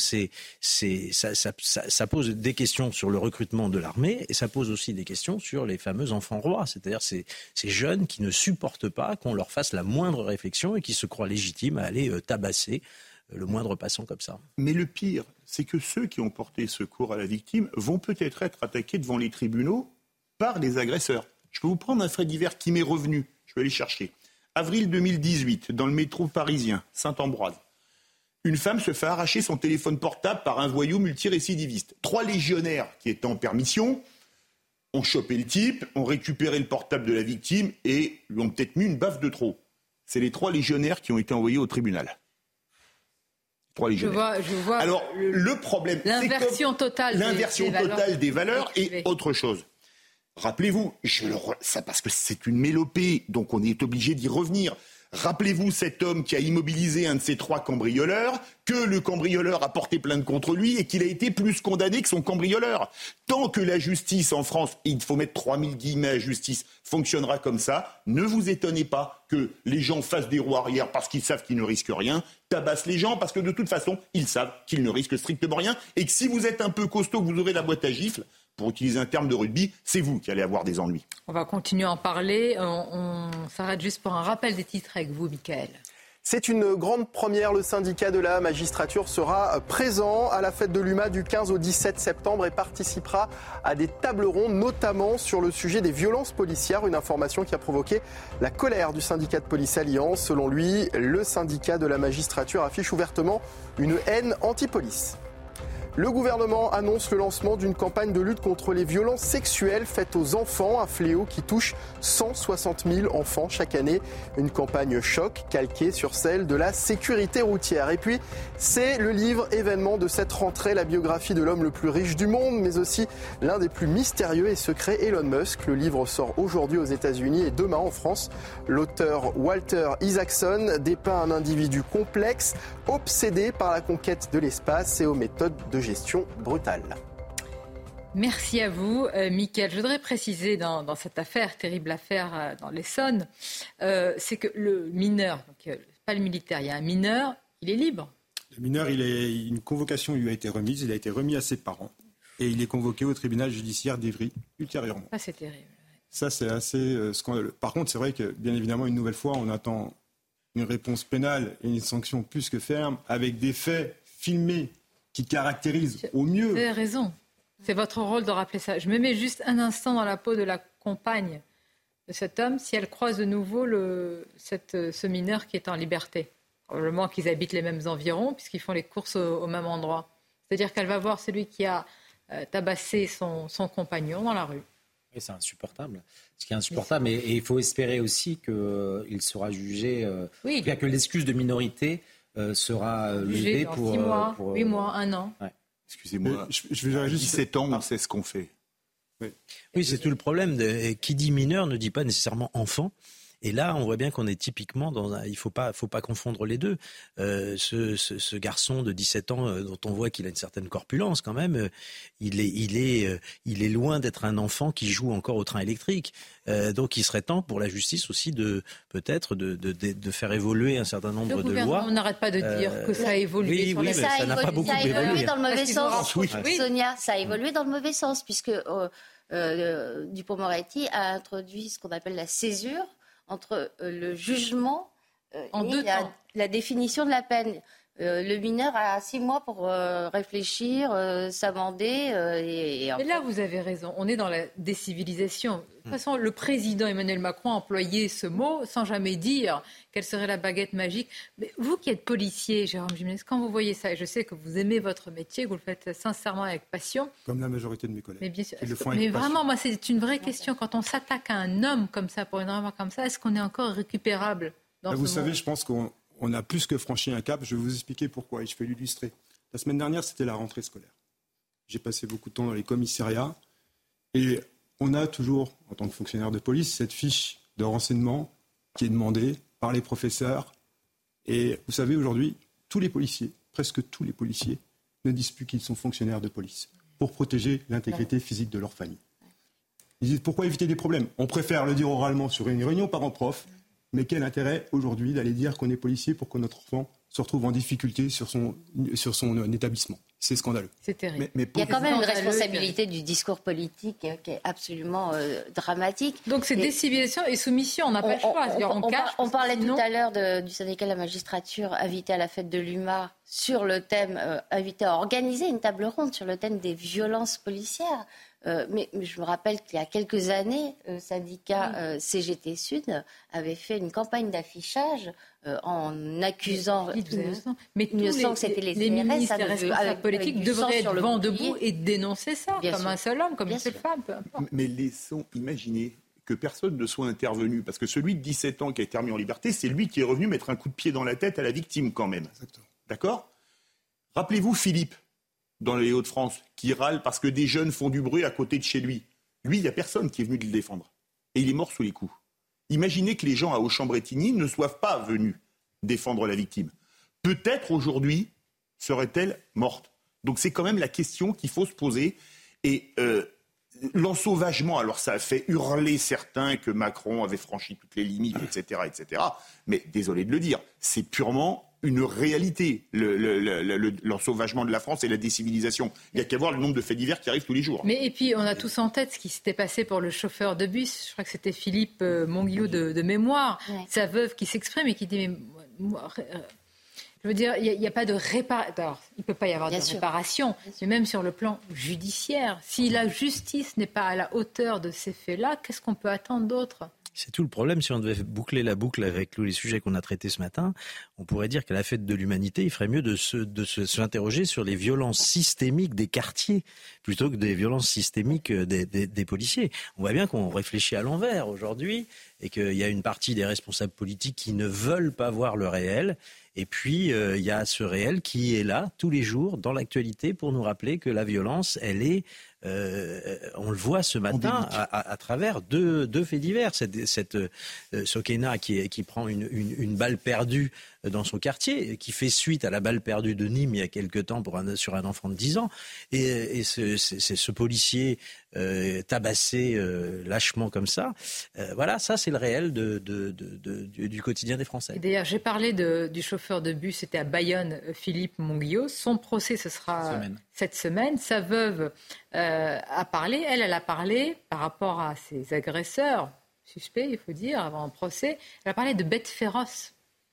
ça pose des questions sur le recrutement de l'armée, et ça pose aussi des questions sur les fameux enfants rois, c'est-à-dire ces jeunes qui ne supportent pas qu'on leur fasse la moindre réflexion et qui se croient légitimes à aller tabasser le moindre passant comme ça. Mais le pire, c'est que ceux qui ont porté secours à la victime vont peut-être être attaqués devant les tribunaux par les agresseurs. Je peux vous prendre un fait divers qui m'est revenu. Je vais aller chercher. Avril 2018, dans le métro parisien, Saint-Ambroise. Une femme se fait arracher son téléphone portable par un voyou multirécidiviste. 3 légionnaires qui étaient en permission ont chopé le type, ont récupéré le portable de la victime et lui ont peut-être mis une baffe de trop. C'est les 3 légionnaires qui ont été envoyés au tribunal. 3 légionnaires. Je vois alors, le problème, l'inversion totale des valeurs et autre chose. Rappelez-vous, ça parce que c'est une mélopée, donc on est obligé d'y revenir. Rappelez-vous cet homme qui a immobilisé un de ces 3 cambrioleurs, que le cambrioleur a porté plainte contre lui et qu'il a été plus condamné que son cambrioleur. Tant que la justice en France, et il faut mettre 3000 guillemets à justice, fonctionnera comme ça, ne vous étonnez pas que les gens fassent des roues arrière parce qu'ils savent qu'ils ne risquent rien, tabassent les gens parce que de toute façon, ils savent qu'ils ne risquent strictement rien et que si vous êtes un peu costaud, que vous aurez la boîte à gifles, pour utiliser un terme de rugby, c'est vous qui allez avoir des ennuis. On va continuer à en parler. On s'arrête juste pour un rappel des titres avec vous, Mickaël. C'est une grande première. Le syndicat de la magistrature sera présent à la fête de l'UMA du 15 au 17 septembre et participera à des tables rondes, notamment sur le sujet des violences policières. Une information qui a provoqué la colère du syndicat de police Alliance. Selon lui, le syndicat de la magistrature affiche ouvertement une haine anti-police. Le gouvernement annonce le lancement d'une campagne de lutte contre les violences sexuelles faites aux enfants, un fléau qui touche 160 000 enfants chaque année. Une campagne choc calquée sur celle de la sécurité routière. Et puis, c'est le livre événement de cette rentrée, la biographie de l'homme le plus riche du monde, mais aussi l'un des plus mystérieux et secrets, Elon Musk. Le livre sort aujourd'hui aux États-Unis et demain en France. L'auteur Walter Isaacson dépeint un individu complexe, obsédé par la conquête de l'espace et aux méthodes de gestion brutale. Merci à vous, Mickaël. Je voudrais préciser dans cette affaire, terrible affaire dans l'Essonne, c'est que le mineur, donc, pas le militaire, il y a un mineur, il est libre. Le mineur, une convocation lui a été remise, il a été remis à ses parents et il est convoqué au tribunal judiciaire d'Ivry ultérieurement. Ça, c'est terrible. Ça, c'est assez scandaleux. Par contre, c'est vrai que, bien évidemment, une nouvelle fois, on attend une réponse pénale et une sanction plus que ferme, avec des faits filmés qui caractérisent au mieux. Vous avez raison. C'est votre rôle de rappeler ça. Je me mets juste un instant dans la peau de la compagne de cet homme, si elle croise de nouveau ce mineur qui est en liberté. Probablement qu'ils habitent les mêmes environs, puisqu'ils font les courses au même endroit. C'est-à-dire qu'elle va voir celui qui a tabassé son compagnon dans la rue. Oui, c'est insupportable. Ce qui est insupportable, et il faut espérer aussi qu'il sera jugé, que l'excuse de minorité sera levée pour 6 mois, 8 mois, 1 an. Ouais. Excusez-moi, je vais juste 17 ans, on sait ce qu'on fait. Oui, c'est tout le problème. Qui dit mineur ne dit pas nécessairement enfant. Et là, on voit bien qu'on est typiquement il faut pas confondre les deux. Ce garçon de 17 ans, dont on voit qu'il a une certaine corpulence quand même, il est loin d'être un enfant qui joue encore au train électrique. Donc, il serait temps pour la justice aussi de faire évoluer un certain nombre de lois. On n'arrite pas de dire que ça a évolué. Mais ça n'a pas beaucoup évolué. Ça a évolué dans le mauvais sens. Sonia, ça a évolué dans le mauvais sens puisque Dupond-Moretti a introduit ce qu'on appelle la césure entre le jugement et la définition de la peine. Le mineur a 6 mois pour réfléchir, s'amender. Mais là, vous avez raison. On est dans la décivilisation. De toute façon, le président Emmanuel Macron a employé ce mot sans jamais dire quelle serait la baguette magique. Mais vous qui êtes policier, Jérôme Jiménez, quand vous voyez ça, et je sais que vous aimez votre métier, que vous le faites sincèrement avec passion. Comme la majorité de mes collègues. Mais bien sûr. Mais vraiment, moi, c'est une vraie question. Quand on s'attaque à un homme comme ça, pour une raison comme ça, est-ce qu'on est encore récupérable dans ce Vous savez, monde? je pense qu'on a plus que franchi un cap. Je vais vous expliquer pourquoi et je vais l'illustrer. La semaine dernière, c'était la rentrée scolaire. J'ai passé beaucoup de temps dans les commissariats et on a toujours, en tant que fonctionnaire de police, cette fiche de renseignement qui est demandée par les professeurs. Et vous savez, aujourd'hui, tous les policiers, presque tous les policiers, ne disent plus qu'ils sont fonctionnaires de police pour protéger l'intégrité physique de leur famille. Ils disent pourquoi éviter des problèmes ? On préfère le dire oralement sur une réunion parents-prof, mais quel intérêt aujourd'hui d'aller dire qu'on est policier pour que notre enfant se retrouve en difficulté sur son établissement ? C'est scandaleux. C'est terrible. Il y a quand même une responsabilité du discours politique qui est absolument dramatique. Donc c'est décivilisation et soumission, on n'a pas le choix. On parlait tout à l'heure du syndicat de la magistrature invité à la fête de l'UMA sur le thème, invité à organiser une table ronde sur le thème des violences policières. Mais je me rappelle qu'il y a quelques années, le syndicat CGT Sud avait fait une campagne d'affichage en accusant. Mais il me semble que c'était les ministres et responsables politiques devraient être vent debout et dénoncer ça, comme un seul homme, comme une seule femme, peu importe. Mais laissons imaginer que personne ne soit intervenu, parce que celui de 17 ans qui a été remis en liberté, c'est lui qui est revenu mettre un coup de pied dans la tête à la victime quand même. Exactement. D'accord ? Rappelez-vous Philippe, dans les Hauts-de-France, qui râle parce que des jeunes font du bruit à côté de chez lui. Lui, il n'y a personne qui est venu le défendre. Et il est mort sous les coups. Imaginez que les gens à Auchan-Brétigny ne soient pas venus défendre la victime. Peut-être aujourd'hui serait-elle morte. Donc c'est quand même la question qu'il faut se poser. Et l'ensauvagement, alors ça a fait hurler certains que Macron avait franchi toutes les limites, etc., etc. Mais désolé de le dire, c'est purement une réalité, l'ensauvagement de la France et la décivilisation. Il n'y a qu'à voir le nombre de faits divers qui arrivent tous les jours. Mais et puis on a tous en tête ce qui s'était passé pour le chauffeur de bus. Je crois que c'était Philippe Monguillot de mémoire. Ouais. Sa veuve qui s'exprime et qui dit je veux dire, il n'y a pas de réparation. Il ne peut pas y avoir de réparation. Mais même sur le plan judiciaire, si la justice n'est pas à la hauteur de ces faits-là, qu'est-ce qu'on peut attendre d'autre ? C'est tout le problème. Si on devait boucler la boucle avec tous les sujets qu'on a traités ce matin, on pourrait dire qu'à la fête de l'humanité, il ferait mieux de s'interroger sur les violences systémiques des quartiers plutôt que des violences systémiques des policiers. On voit bien qu'on réfléchit à l'envers aujourd'hui et qu'il y a une partie des responsables politiques qui ne veulent pas voir le réel. Et puis, il y a ce réel qui est là tous les jours dans l'actualité pour nous rappeler que la violence, elle est... on le voit ce matin à travers deux faits divers. Cette Sokena qui prend une balle perdue dans son quartier, qui fait suite à la balle perdue de Nîmes il y a quelque temps sur un enfant de 10 ans. Et c'est ce policier tabassé lâchement comme ça. Voilà, ça c'est le réel du quotidien des Français. Et d'ailleurs, j'ai parlé du chauffeur de bus, c'était à Bayonne, Philippe Monguillot. Son procès, ce sera cette semaine. Sa veuve a parlé, elle a parlé par rapport à ses agresseurs, suspects, il faut dire, avant un procès. Elle a parlé de bêtes féroces.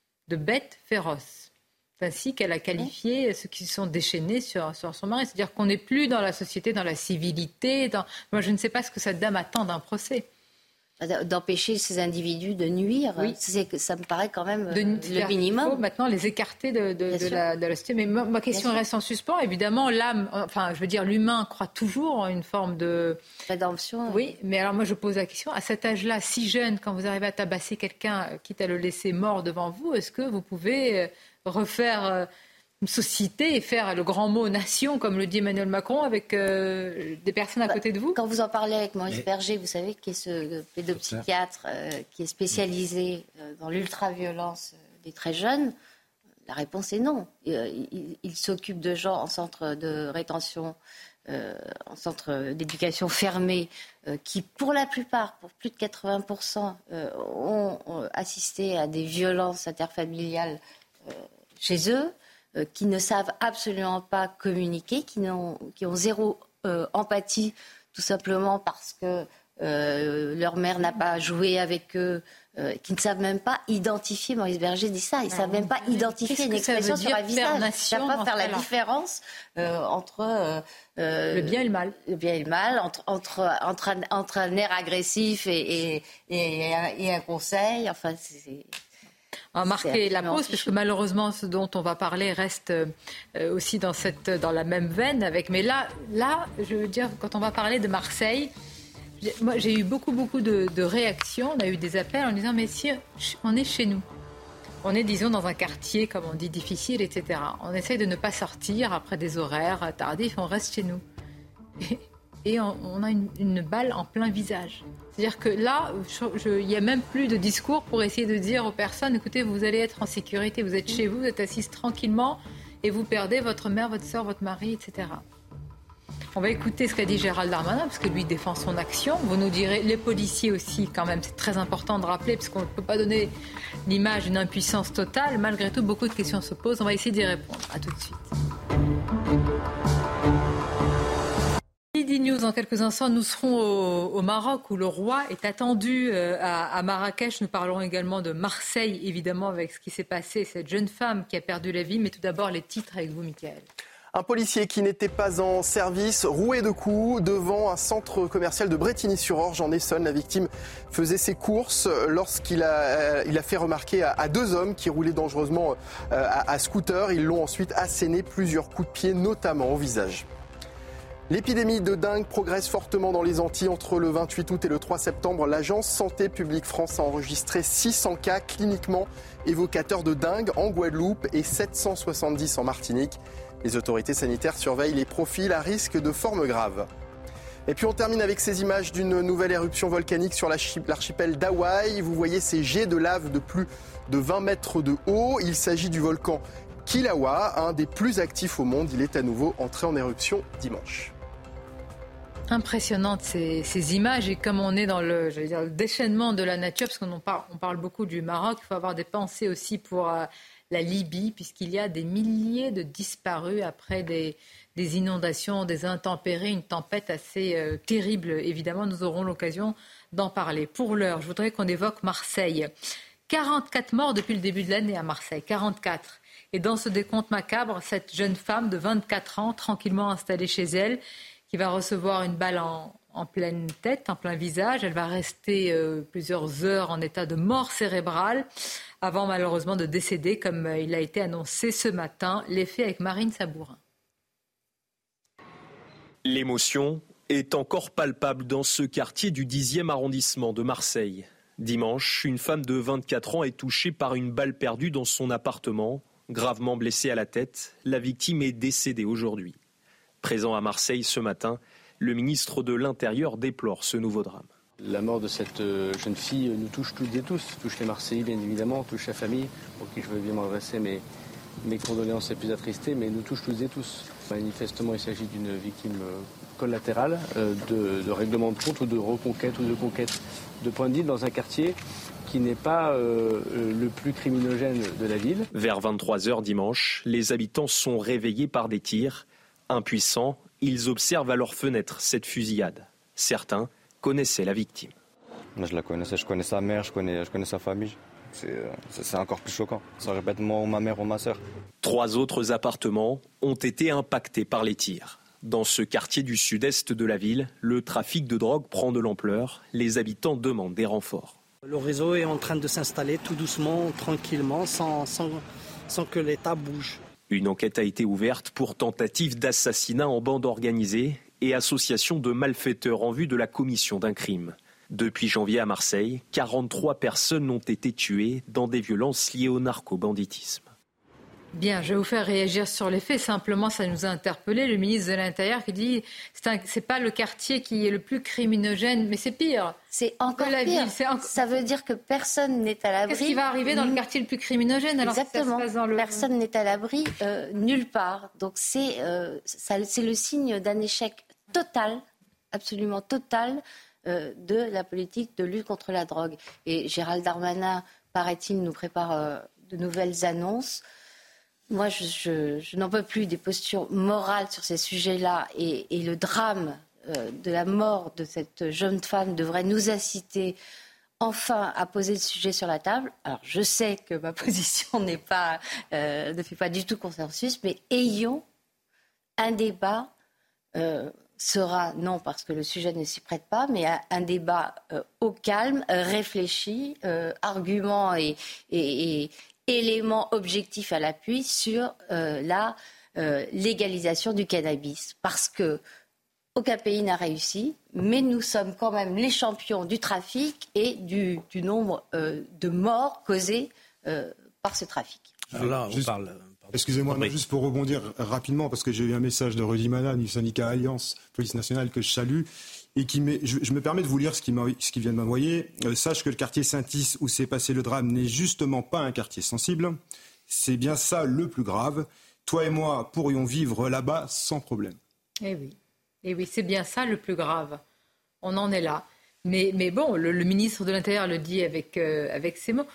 C'est ainsi qu'elle a qualifié ceux qui sont déchaînés sur son mari. C'est-à-dire qu'on n'est plus dans la société, dans la civilité. Moi, je ne sais pas ce que cette dame attend d'un procès. D'empêcher ces individus de nuire, ça me paraît quand même le minimum. Il faut maintenant les écarter de la société. Mais ma question reste en suspens. Évidemment, l'humain croit toujours en une forme de rédemption. Oui, mais alors moi je pose la question, à cet âge-là, si jeune, quand vous arrivez à tabasser quelqu'un, quitte à le laisser mort devant vous, est-ce que vous pouvez refaire une société et faire le grand mot nation, comme le dit Emmanuel Macron, avec des personnes à côté de vous ? Quand vous en parlez avec Maurice Berger, vous savez, qui est ce pédopsychiatre qui est spécialisé dans l'ultra-violence des très jeunes, la réponse est non. Il s'occupe de gens en centre de rétention, en centre d'éducation fermé, qui pour la plupart, pour plus de 80%, ont assisté à des violences interfamiliales chez eux, qui ne savent absolument pas communiquer, qui ont zéro empathie, tout simplement parce que leur mère n'a pas joué avec eux, qui ne savent même pas identifier, Maurice Berger dit ça, ils ne savent même pas identifier une expression sur un visage. Ils ne savent pas faire la différence entre le bien et le mal. Le bien et le mal, entre un air agressif et un conseil. Enfin, On va marquer la pause, puisque malheureusement, ce dont on va parler reste aussi dans la même veine. Mais là, je veux dire, quand on va parler de Marseille, moi, j'ai eu beaucoup de réactions. On a eu des appels en disant, mais si on est chez nous, on est, disons, dans un quartier, comme on dit, difficile, etc. On essaye de ne pas sortir après des horaires tardifs, on reste chez nous. et on a une balle en plein visage. C'est-à-dire que là, il n'y a même plus de discours pour essayer de dire aux personnes, écoutez, vous allez être en sécurité, vous êtes chez vous, vous êtes assise tranquillement et vous perdez votre mère, votre soeur, votre mari, etc. On va écouter ce qu'a dit Gérald Darmanin, parce que lui défend son action. Vous nous direz, les policiers aussi, quand même, c'est très important de rappeler, parce qu'on ne peut pas donner l'image d'une impuissance totale. Malgré tout, beaucoup de questions se posent. On va essayer d'y répondre. À tout de suite. Midi News, dans quelques instants, nous serons au Maroc, où le roi est attendu à Marrakech. Nous parlerons également de Marseille, évidemment, avec ce qui s'est passé, cette jeune femme qui a perdu la vie. Mais tout d'abord, les titres avec vous, Mickaël. Un policier qui n'était pas en service, roué de coups devant un centre commercial de Brétigny-sur-Orge en Essonne. La victime faisait ses courses lorsqu'il a fait remarquer à deux hommes qui roulaient dangereusement à scooter. Ils l'ont ensuite asséné plusieurs coups de pied, notamment au visage. L'épidémie de dengue progresse fortement dans les Antilles. Entre le 28 août et le 3 septembre, l'agence Santé publique France a enregistré 600 cas cliniquement évocateurs de dengue en Guadeloupe et 770 en Martinique. Les autorités sanitaires surveillent les profils à risque de formes graves. Et puis on termine avec ces images d'une nouvelle éruption volcanique sur l'archipel d'Hawaï. Vous voyez ces jets de lave de plus de 20 mètres de haut. Il s'agit du volcan Kilauea, un des plus actifs au monde. Il est à nouveau entré en éruption dimanche. Impressionnantes ces images, et comme on est dans le déchaînement de la nature, parce qu'on parle beaucoup du Maroc, il faut avoir des pensées aussi pour la Libye, puisqu'il y a des milliers de disparus après des inondations, des intempéries, une tempête assez terrible. Évidemment, nous aurons l'occasion d'en parler. Pour l'heure, je voudrais qu'on évoque Marseille. 44 morts depuis le début de l'année à Marseille, 44. Et dans ce décompte macabre, cette jeune femme de 24 ans, tranquillement installée chez elle, qui va recevoir une balle en pleine tête, en plein visage. Elle va rester plusieurs heures en état de mort cérébrale avant malheureusement de décéder, comme il a été annoncé ce matin. Les faits avec Marine Sabourin. L'émotion est encore palpable dans ce quartier du 10e arrondissement de Marseille. Dimanche, une femme de 24 ans est touchée par une balle perdue dans son appartement. Gravement blessée à la tête, la victime est décédée aujourd'hui. Présent à Marseille ce matin, le ministre de l'Intérieur déplore ce nouveau drame. La mort de cette jeune fille nous touche toutes et tous, touche les Marseillais bien évidemment, touche la famille, pour qui je veux bien m'adresser mes condoléances les plus attristées, mais nous touche toutes et tous. Manifestement, il s'agit d'une victime collatérale de règlement de compte ou de reconquête ou de conquête de points de deal dans un quartier qui n'est pas le plus criminogène de la ville. Vers 23h dimanche, les habitants sont réveillés par des tirs. Impuissants, ils observent à leurs fenêtres cette fusillade. Certains connaissaient la victime. Moi, je la connaissais, je connais sa mère, je connais sa famille. C'est encore plus choquant. Ça répète moi ou ma mère ou ma sœur. 3 autres appartements ont été impactés par les tirs. Dans ce quartier du sud-est de la ville, le trafic de drogue prend de l'ampleur. Les habitants demandent des renforts. Le réseau est en train de s'installer tout doucement, tranquillement, sans que l'État bouge. Une enquête a été ouverte pour tentative d'assassinat en bande organisée et association de malfaiteurs en vue de la commission d'un crime. Depuis janvier à Marseille, 43 personnes ont été tuées dans des violences liées au narco-banditisme. Bien, je vais vous faire réagir sur les faits. Simplement, ça nous a interpellés. Le ministre de l'Intérieur qui dit c'est pas le quartier qui est le plus criminogène, mais c'est pire. C'est encore la pire. Ville. Ça veut dire que personne n'est à l'abri. Qu'est-ce qui va arriver dans le quartier le plus criminogène alors? Exactement. Personne n'est à l'abri nulle part. Donc c'est le signe d'un échec total, absolument total, de la politique de lutte contre la drogue. Et Gérald Darmanin, paraît-il, nous prépare de nouvelles annonces. Moi, je n'en peux plus des postures morales sur ces sujets-là, et le drame de la mort de cette jeune femme devrait nous inciter enfin à poser le sujet sur la table. Alors, je sais que ma position ne fait pas du tout consensus, mais ayons un débat serein, parce que le sujet ne s'y prête pas, mais un débat au calme, réfléchi, arguments et éléments objectifs à l'appui sur la légalisation du cannabis. Parce que aucun pays n'a réussi, mais nous sommes quand même les champions du trafic et du nombre de morts causées par ce trafic. Là, Excusez-moi, juste pour rebondir rapidement, parce que j'ai eu un message de Rudy Mana du syndicat Alliance Police Nationale que je salue, et je me permets de vous lire ce qu'il vient de m'envoyer. Sache que le quartier Saint-Is où s'est passé le drame n'est justement pas un quartier sensible. C'est bien ça le plus grave. Toi et moi pourrions vivre là-bas sans problème. Eh oui, c'est bien ça le plus grave. On en est là. Mais bon, le ministre de l'Intérieur le dit avec ses mots.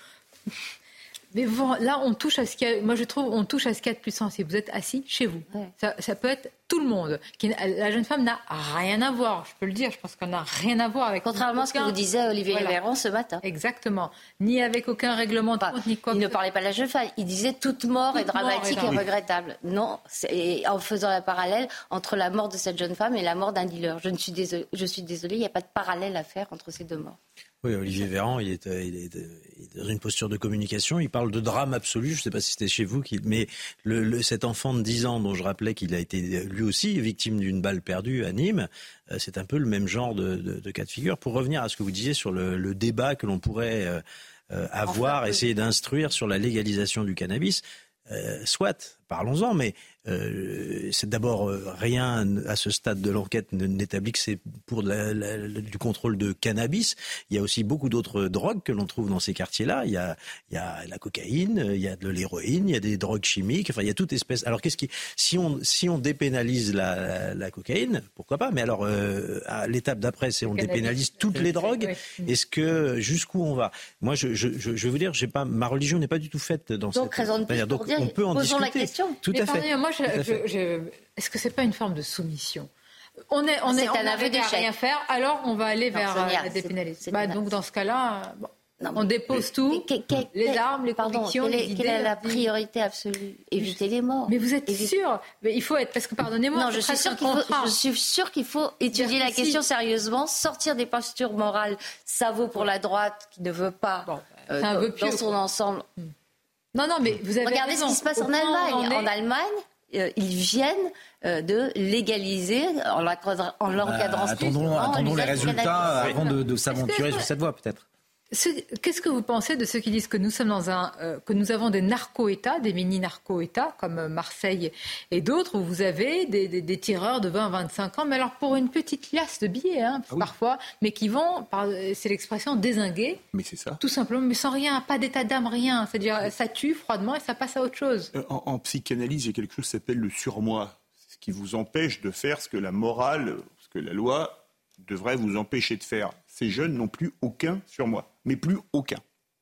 Mais bon, là, on touche à ce qu'il y a, moi je trouve, on touche à ce qu'il y a de plus sensible. Vous êtes assis chez vous. Ouais. Ça peut être tout le monde. La jeune femme n'a rien à voir, je peux le dire. Je pense qu'elle n'a rien à voir avec. Contrairement à ce que vous disait Olivier Véran ce matin. Exactement. Ni avec aucun règlement de compte, ni quoi. Il ne parlait pas de la jeune femme. Il disait toute mort est dramatique et regrettable. Non, en faisant la parallèle entre la mort de cette jeune femme et la mort d'un dealer. Je suis désolée, il n'y a pas de parallèle à faire entre ces deux morts. Oui, Olivier Véran, il est dans une posture de communication. Il parle de drame absolu. Je ne sais pas si c'était chez vous, mais cet enfant de 10 ans dont je rappelais qu'il a été lui aussi victime d'une balle perdue à Nîmes, c'est un peu le même genre de cas de figure. Pour revenir à ce que vous disiez sur le débat que l'on pourrait avoir, essayer d'instruire sur la légalisation du cannabis, soit, parlons-en, mais c'est d'abord rien à ce stade de l'enquête n'établit que c'est pour du contrôle de cannabis. Il y a aussi beaucoup d'autres drogues que l'on trouve dans ces quartiers-là. Il y a la cocaïne, il y a de l'héroïne, il y a des drogues chimiques. Enfin, il y a toute espèce. Alors, si on dépénalise la cocaïne, pourquoi pas? Mais alors, à l'étape d'après, c'est on dépénalise toutes les drogues. Oui. Est-ce que jusqu'où on va? Moi, je vais vous dire, ma religion n'est pas du tout faite dans cette manière. Donc, on peut en discuter. La question. Tout à fait. Moi, est-ce que c'est pas une forme de soumission? On est un aveu d'échec. Rien faire, alors on va aller vers la dépénalisation. Donc dans ce cas-là, on dépose tout, les armes, les convictions, les idées. Quelle est la priorité absolue? Éviter les morts. Mais vous êtes sûr? Mais il faut être, parce que pardonnez-moi, non, je suis sûre qu'il faut étudier la question sérieusement, sortir des postures morales. Ça vaut pour la droite qui ne veut pas dans son ensemble. Non, mais vous avez regardez raison. Ce qui se passe en Allemagne. En Allemagne, ils viennent de légaliser en l'encadrant attendons les résultats avant de s'aventurer sur cette voie, peut-être. Qu'est-ce que vous pensez de ceux qui disent que nous sommes que nous avons des narco-États, des mini-narco-États comme Marseille et d'autres, où vous avez des tireurs de 20-25 ans, mais alors pour une petite liasse de billets, parfois, mais qui vont, c'est l'expression, dézinguer. Mais c'est ça. Tout simplement, mais sans rien, pas d'état d'âme, rien. C'est-à-dire, ça tue froidement et ça passe à autre chose. En psychanalyse, il y a quelque chose qui s'appelle le surmoi, ce qui vous empêche de faire ce que la morale, ce que la loi devrait vous empêcher de faire. Ces jeunes n'ont plus aucun surmoi, mais plus aucun.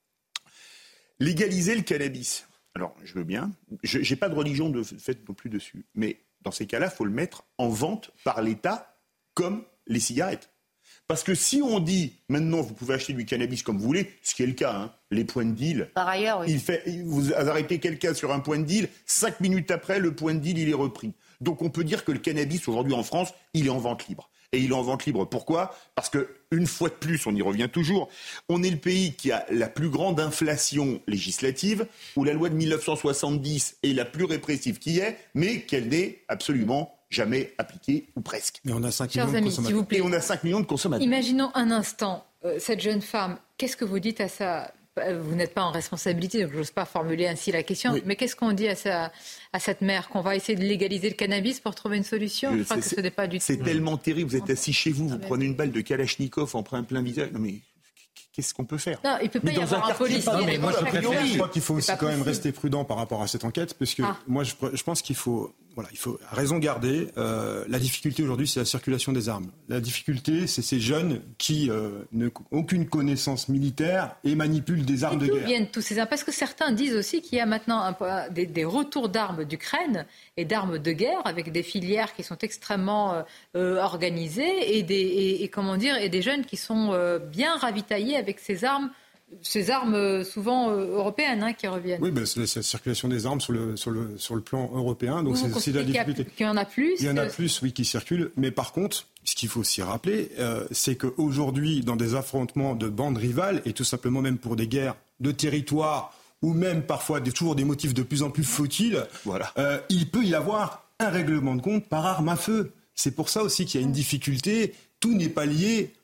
Légaliser le cannabis. Alors, je veux bien. Je n'ai pas de religion de fait non plus dessus. Mais dans ces cas-là, il faut le mettre en vente par l'État comme les cigarettes. Parce que si on dit, maintenant, vous pouvez acheter du cannabis comme vous voulez, ce qui est le cas, les points de deal. Par ailleurs, oui. Vous arrêtez quelqu'un sur un point de deal, 5 minutes après, le point de deal, il est repris. Donc, on peut dire que le cannabis, aujourd'hui, en France, il est en vente libre. Et il est en vente libre. Pourquoi? Parce que, une fois de plus, on y revient toujours, on est le pays qui a la plus grande inflation législative, où la loi de 1970 est la plus répressive qui est, mais qu'elle n'est absolument jamais appliquée, ou presque. Mais on a 5 millions de consommateurs. S'il vous plaît. Et on a 5 millions de consommateurs. Imaginons un instant, cette jeune femme, qu'est-ce que vous dites à ça? Vous n'êtes pas en responsabilité, donc je n'ose pas formuler ainsi la question. Oui. Mais qu'est-ce qu'on dit à cette mère? Qu'on va essayer de légaliser le cannabis pour trouver une solution? Je crois que ce n'est pas du tout. C'est tellement terrible. Vous êtes assis chez vous, vous prenez une balle de Kalachnikov en plein visage. Non mais qu'est-ce qu'on peut faire? Non, il ne peut pas y avoir un policier. Mais moi, je crois qu'il faut aussi quand même rester prudent par rapport à cette enquête, parce que moi, je pense qu'il faut raison garder. La difficulté aujourd'hui, c'est la circulation des armes. La difficulté, c'est ces jeunes qui n'ont aucune connaissance militaire et manipulent des armes de guerre. D'où viennent tous ces armes? Parce que certains disent aussi qu'il y a maintenant des retours d'armes d'Ukraine et d'armes de guerre avec des filières qui sont extrêmement organisées et des jeunes qui sont bien ravitaillés avec ces armes souvent européennes qui reviennent. Oui, c'est la circulation des armes sur le plan européen. Donc c'est la difficulté. Qu'il y en a plus. Il y en a plus, oui, qui circulent. Mais par contre, ce qu'il faut aussi rappeler, c'est qu'aujourd'hui, dans des affrontements de bandes rivales, et tout simplement même pour des guerres de territoire, ou même parfois toujours des motifs de plus en plus futiles, il peut y avoir un règlement de compte par arme à feu. C'est pour ça aussi qu'il y a une difficulté. Tout n'est pas lié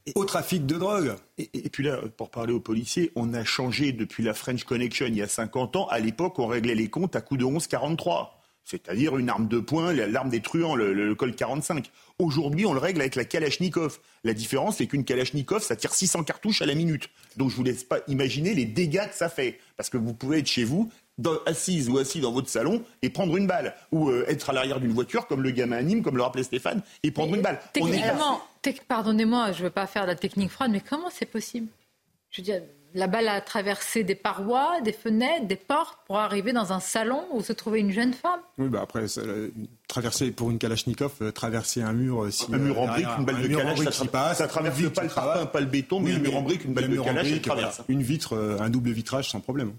au trafic de drogue. Et puis là, pour parler aux policiers, on a changé depuis la French Connection il y a 50 ans. À l'époque, on réglait les comptes à coups de 11-43. C'est-à-dire une arme de poing, l'arme des truands, le Colt 45. Aujourd'hui, on le règle avec la Kalachnikov. La différence, c'est qu'une Kalachnikov, ça tire 600 cartouches à la minute. Donc je vous laisse pas imaginer les dégâts que ça fait. Parce que vous pouvez être chez vous, assise ou assis dans votre salon, et prendre une balle. Ou être à l'arrière d'une voiture, comme le gamin à Nîmes, comme le rappelait Stéphane, et prendre une balle. Techniquement, pardonnez-moi, je ne veux pas faire de la technique froide, mais comment c'est possible ? Je veux dire, la balle a traversé des parois, des fenêtres, des portes pour arriver dans un salon où se trouvait une jeune femme. Oui, après, traverser pour une Kalachnikov, traverser un mur... un mur en brique, une balle de Kalach, ça traverse pas le parpaing, pas le béton, mais un mur en brique, une balle de Kalach, elle traverse. Une vitre, un double vitrage sans problème.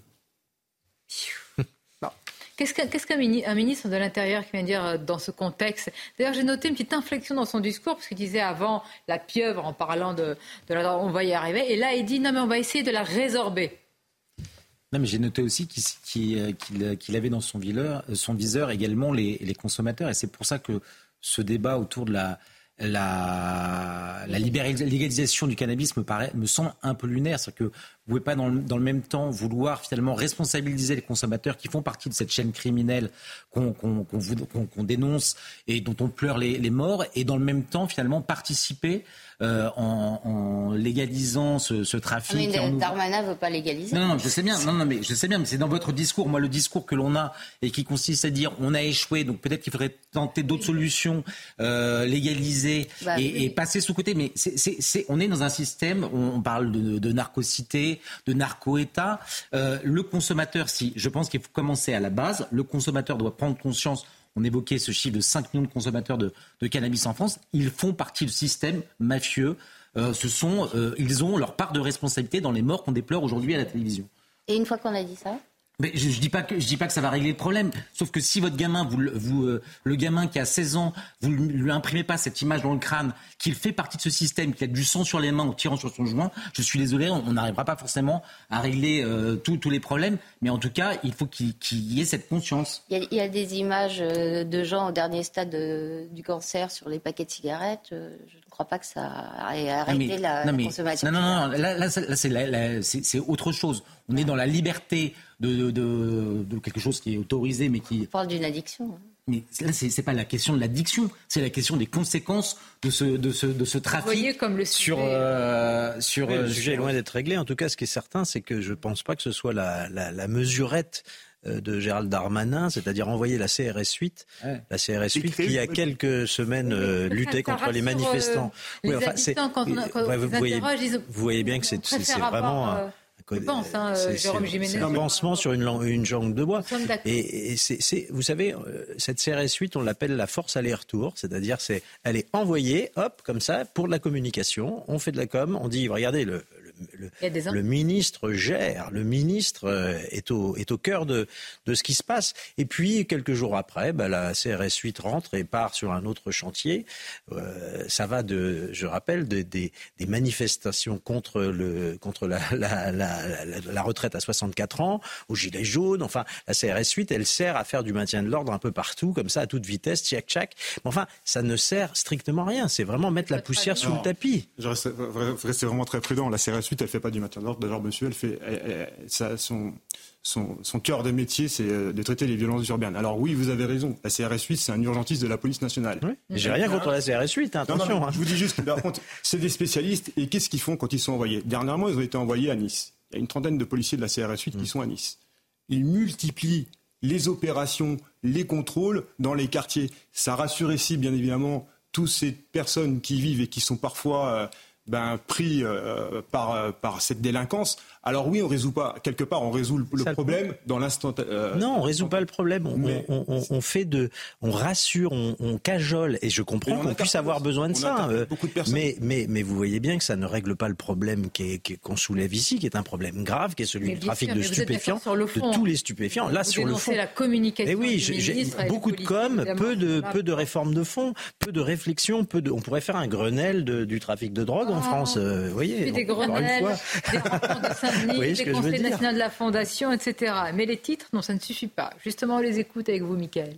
Qu'est-ce qu'un ministre de l'Intérieur qui vient dire dans ce contexte ? D'ailleurs, j'ai noté une petite inflexion dans son discours, parce qu'il disait avant la pieuvre, en parlant de la on va y arriver, et là il dit non mais on va essayer de la résorber. Non, mais j'ai noté aussi qu'il avait dans son viseur également les consommateurs, et c'est pour ça que ce débat autour de la légalisation du cannabis me semble un peu lunaire. C'est-à-dire que vous ne pouvez pas dans le même temps vouloir finalement responsabiliser les consommateurs qui font partie de cette chaîne criminelle qu'on dénonce et dont on pleure les morts, et dans le même temps finalement participer en légalisant ce trafic. Mais Darmanin ne veut pas légaliser. Non, je sais bien. Mais c'est dans votre discours. Moi, le discours que l'on a et qui consiste à dire on a échoué, donc peut-être qu'il faudrait tenter d'autres solutions, légaliser et passer sous côté. Mais on est dans un système, on parle de narcocité, de narco-État. Le consommateur, je pense qu'il faut commencer à la base. Le consommateur doit prendre conscience. On évoquait ce chiffre de 5 millions de consommateurs de cannabis en France. Ils font partie du système mafieux. Ils ont leur part de responsabilité dans les morts qu'on déplore aujourd'hui à la télévision. Et une fois qu'on a dit ça ? Mais je dis pas que ça va régler le problème. Sauf que si votre gamin, le gamin qui a 16 ans, vous lui imprimez pas cette image dans le crâne, qu'il fait partie de ce système, qu'il a du sang sur les mains en tirant sur son joint, je suis désolé, on n'arrivera pas forcément à régler tous les problèmes. Mais en tout cas, il faut qu'il y ait cette conscience. Il y a des images de gens au dernier stade du cancer sur les paquets de cigarettes. Je ne crois pas que ça ait arrêté la consommation. Non. Là, c'est autre chose. On est dans la liberté de quelque chose qui est autorisé, mais qui... On parle d'une addiction. Mais là, c'est pas la question de l'addiction, c'est la question des conséquences de ce trafic. Vous voyez comme le sujet est loin d'être réglé. En tout cas, ce qui est certain, c'est que je ne pense pas que ce soit la mesurette de Gérald Darmanin, c'est-à-dire envoyer la CRS 8, la CRS 8 qui il y a quelques semaines luttait contre les manifestants. Les habitants, quand vous voyez bien que c'est vraiment... Je pense, Jérôme Jiménez. C'est un pansement sur une jambe de bois. Et vous savez, cette CRS 8, on l'appelle la force aller-retour, c'est-à-dire elle est envoyée, hop, comme ça, pour de la communication. On fait de la com, on dit, regardez, le ministre gère, le ministre est au cœur de ce qui se passe. Et puis, quelques jours après, la CRS 8 rentre et part sur un autre chantier. Ça va je rappelle, des manifestations contre la retraite à 64 ans, aux gilets jaunes. Enfin, la CRS 8, elle sert à faire du maintien de l'ordre un peu partout, comme ça, à toute vitesse, tchac. Mais enfin, ça ne sert strictement à rien. C'est vraiment mettre la poussière sous le tapis. Je reste vraiment très prudent. La CRS 8, elle ne fait pas du maintien de l'ordre. D'ailleurs, monsieur, son cœur de métier, c'est de traiter les violences urbaines. Alors oui, vous avez raison. La CRS 8, c'est un urgentiste de la police nationale. Oui. J'ai rien contre la CRS 8, attention. Non, je vous dis juste, par contre, c'est des spécialistes. Et qu'est-ce qu'ils font quand ils sont envoyés ? Dernièrement, ils ont été envoyés à Nice. Il y a une trentaine de policiers de la CRS 8 qui sont à Nice. Ils multiplient les opérations, les contrôles dans les quartiers. Ça rassure ici, bien évidemment, toutes ces personnes qui vivent et qui sont parfois pris par cette délinquance. Alors oui, on résout pas, quelque part, on résout le problème dans l'instant. Non, on résout pas le problème. On rassure, on cajole, et je comprends qu'on puisse avoir besoin de ça. Mais vous voyez bien que ça ne règle pas le problème qu'on soulève ici, qui est un problème grave, qui est celui du trafic de stupéfiants, de tous les stupéfiants. Là, sur le fond, la communication. Mais oui, j'ai beaucoup de com, peu de réformes de fond, peu de réflexion, on pourrait faire un Grenelle du trafic de drogue en France. Vous voyez, des Grenelles, des rencontres de Saint-Denis, des conseils nationaux de la Fondation, etc. Mais les titres, non, ça ne suffit pas. Justement, on les écoute avec vous, Mickaël.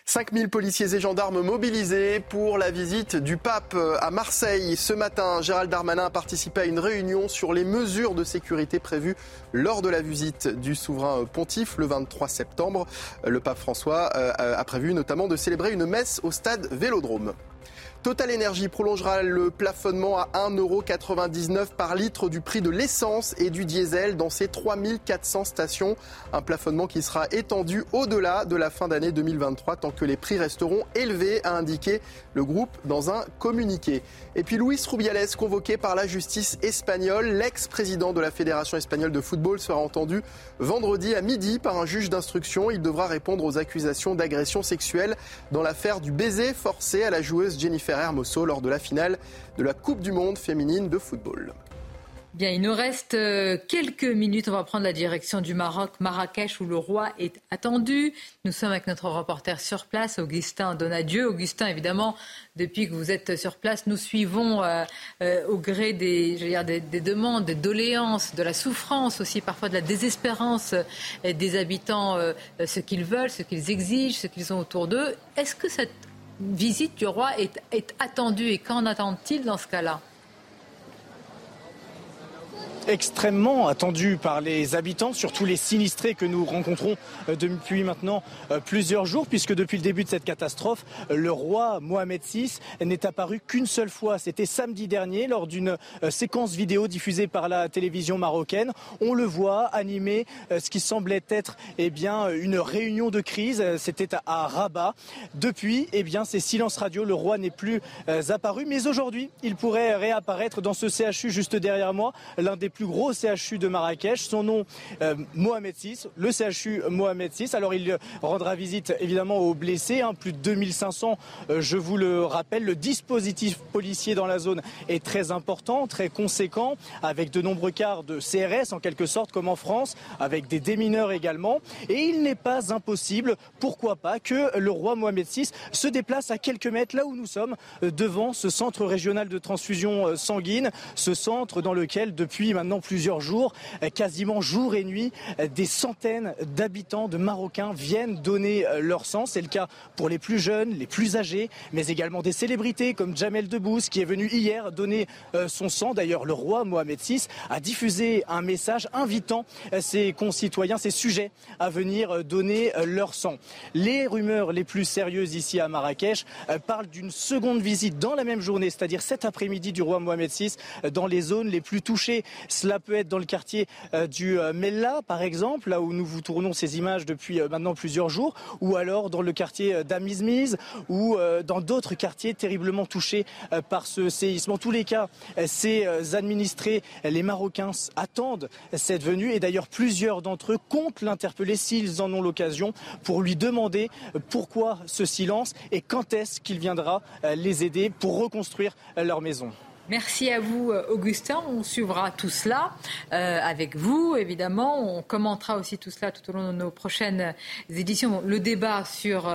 5000 policiers et gendarmes mobilisés pour la visite du pape à Marseille. Ce matin, Gérald Darmanin a participé à une réunion sur les mesures de sécurité prévues lors de la visite du souverain pontife le 23 septembre. Le pape François a prévu notamment de célébrer une messe au stade Vélodrome. Total Energy prolongera le plafonnement à 1,99 € par litre du prix de l'essence et du diesel dans ses 3400 stations. Un plafonnement qui sera étendu au-delà de la fin d'année 2023 tant que les prix resteront élevés, a indiqué le groupe dans un communiqué. Et puis Luis Rubiales, convoqué par la justice espagnole, l'ex-président de la Fédération espagnole de football sera entendu vendredi à midi par un juge d'instruction. Il devra répondre aux accusations d'agression sexuelle dans l'affaire du baiser forcé à la joueuse Jennifer Hermoso lors de la finale de la Coupe du Monde féminine de football. Bien, il nous reste quelques minutes. On va prendre la direction du Maroc, Marrakech, où le roi est attendu. Nous sommes avec notre reporter sur place, Augustin Donadieu. Augustin, évidemment, depuis que vous êtes sur place, nous suivons au gré des demandes, des doléances, de la souffrance aussi, parfois de la désespérance des habitants, ce qu'ils veulent, ce qu'ils exigent, ce qu'ils ont autour d'eux. Est-ce que cette visite du roi est attendue et qu'en attendent-ils dans ce cas-là ? Extrêmement attendu par les habitants, surtout les sinistrés que nous rencontrons depuis maintenant plusieurs jours, puisque depuis le début de cette catastrophe, le roi Mohamed VI n'est apparu qu'une seule fois. C'était samedi dernier lors d'une séquence vidéo diffusée par la télévision marocaine. On le voit animer ce qui semblait être une réunion de crise. C'était à Rabat. Depuis, c'est silence radio. Le roi n'est plus apparu. Mais aujourd'hui, il pourrait réapparaître dans ce CHU juste derrière moi, l'un des plus gros CHU de Marrakech. Son nom, Mohamed VI, le CHU Mohamed VI. Alors il rendra visite évidemment aux blessés, plus de 2500, je vous le rappelle. Le dispositif policier dans la zone est très important, très conséquent, avec de nombreux cas de CRS en quelque sorte, comme en France, avec des démineurs également. Et il n'est pas impossible, pourquoi pas, que le roi Mohamed VI se déplace à quelques mètres là où nous sommes, devant ce centre régional de transfusion sanguine, ce centre dans lequel depuis maintenant plusieurs jours, quasiment jour et nuit, des centaines d'habitants, de Marocains viennent donner leur sang. C'est le cas pour les plus jeunes, les plus âgés, mais également des célébrités comme Jamel Debbouze qui est venu hier donner son sang. D'ailleurs, le roi Mohamed VI a diffusé un message invitant ses concitoyens, ses sujets à venir donner leur sang. Les rumeurs les plus sérieuses ici à Marrakech parlent d'une seconde visite dans la même journée, c'est-à-dire cet après-midi du roi Mohamed VI dans les zones les plus touchées. Cela peut être dans le quartier du Mella, par exemple, là où nous vous tournons ces images depuis maintenant plusieurs jours, ou alors dans le quartier d'Amizmiz, ou dans d'autres quartiers terriblement touchés par ce séisme. En tous les cas, ces administrés, les Marocains, attendent cette venue, et d'ailleurs plusieurs d'entre eux comptent l'interpeller s'ils en ont l'occasion pour lui demander pourquoi ce silence et quand est-ce qu'il viendra les aider pour reconstruire leur maison. Merci à vous, Augustin. On suivra tout cela avec vous, évidemment. On commentera aussi tout cela tout au long de nos prochaines éditions. Le débat sur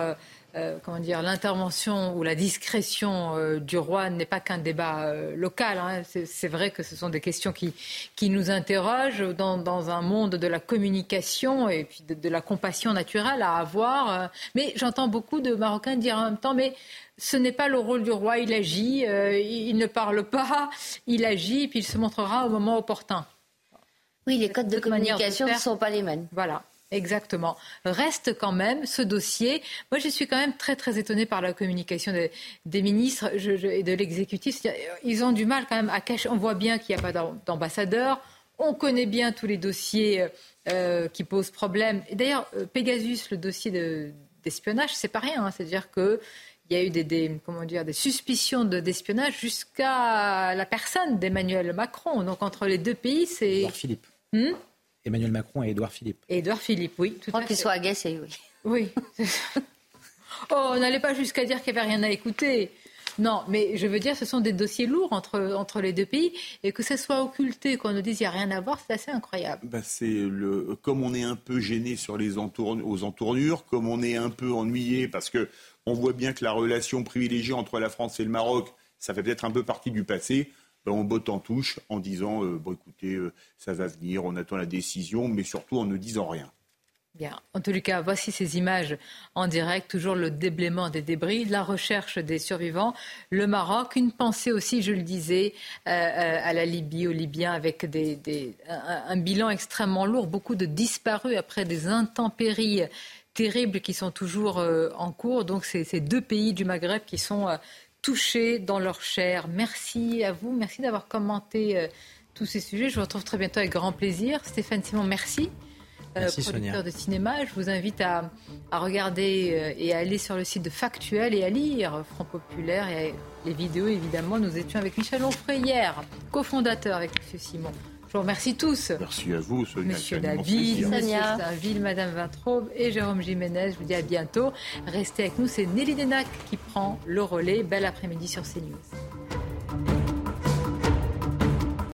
l'intervention ou la discrétion du roi n'est pas qu'un débat local. C'est vrai que ce sont des questions qui nous interrogent dans un monde de la communication et puis de la compassion naturelle à avoir. Mais j'entends beaucoup de Marocains dire en même temps, mais ce n'est pas le rôle du roi, il agit, il ne parle pas, il agit, puis il se montrera au moment opportun. Oui, les codes de communication ne sont pas les mêmes. Voilà, exactement. Reste quand même ce dossier. Moi, je suis quand même très, très étonnée par la communication des ministres et de l'exécutif. Ils ont du mal quand même à cacher. On voit bien qu'il n'y a pas d'ambassadeur. On connaît bien tous les dossiers qui posent problème. Et d'ailleurs, Pegasus, le dossier d'espionnage, c'est pas rien. C'est-à-dire que il y a eu des suspicions d'espionnage jusqu'à la personne d'Emmanuel Macron. Donc entre les deux pays, c'est... Édouard Philippe. Emmanuel Macron et Édouard Philippe. Édouard Philippe, oui. Je crois qu'ils soient agacés, oui. Oui. On n'allait pas jusqu'à dire qu'il n'y avait rien à écouter. Non, mais je veux dire, ce sont des dossiers lourds entre les deux pays. Et que ça soit occulté, qu'on nous dise qu'il n'y a rien à voir, c'est assez incroyable. Comme on est un peu gêné sur aux entournures, comme on est un peu ennuyé parce que on voit bien que la relation privilégiée entre la France et le Maroc, ça fait peut-être un peu partie du passé. On botte en touche en disant écoutez, ça va venir, on attend la décision, mais surtout en ne disant rien. Bien. En tous les cas, voici ces images en direct, toujours le déblaiement des débris, la recherche des survivants, le Maroc, une pensée aussi, je le disais, à la Libye, aux Libyens, avec un bilan extrêmement lourd, beaucoup de disparus après des intempéries terribles qui sont toujours en cours. Donc c'est ces deux pays du Maghreb qui sont touchés dans leur chair. Merci à vous, merci d'avoir commenté tous ces sujets. Je vous retrouve très bientôt avec grand plaisir. Stéphane Simon, merci. Merci, producteur Sonia. de cinéma. Je vous invite à regarder et à aller sur le site de Factuel et à lire Front Populaire et les vidéos, évidemment. Nous étions avec Michel Onfray hier, cofondateur avec M. Simon. Je vous remercie tous. Merci à vous, Sonia. Monsieur David, Monsieur Saint-Ville, Madame Vintraube et Jérôme Jiménez. Je vous dis à bientôt. Restez avec nous. C'est Nelly Denac qui prend le relais. Bel après-midi sur CNews.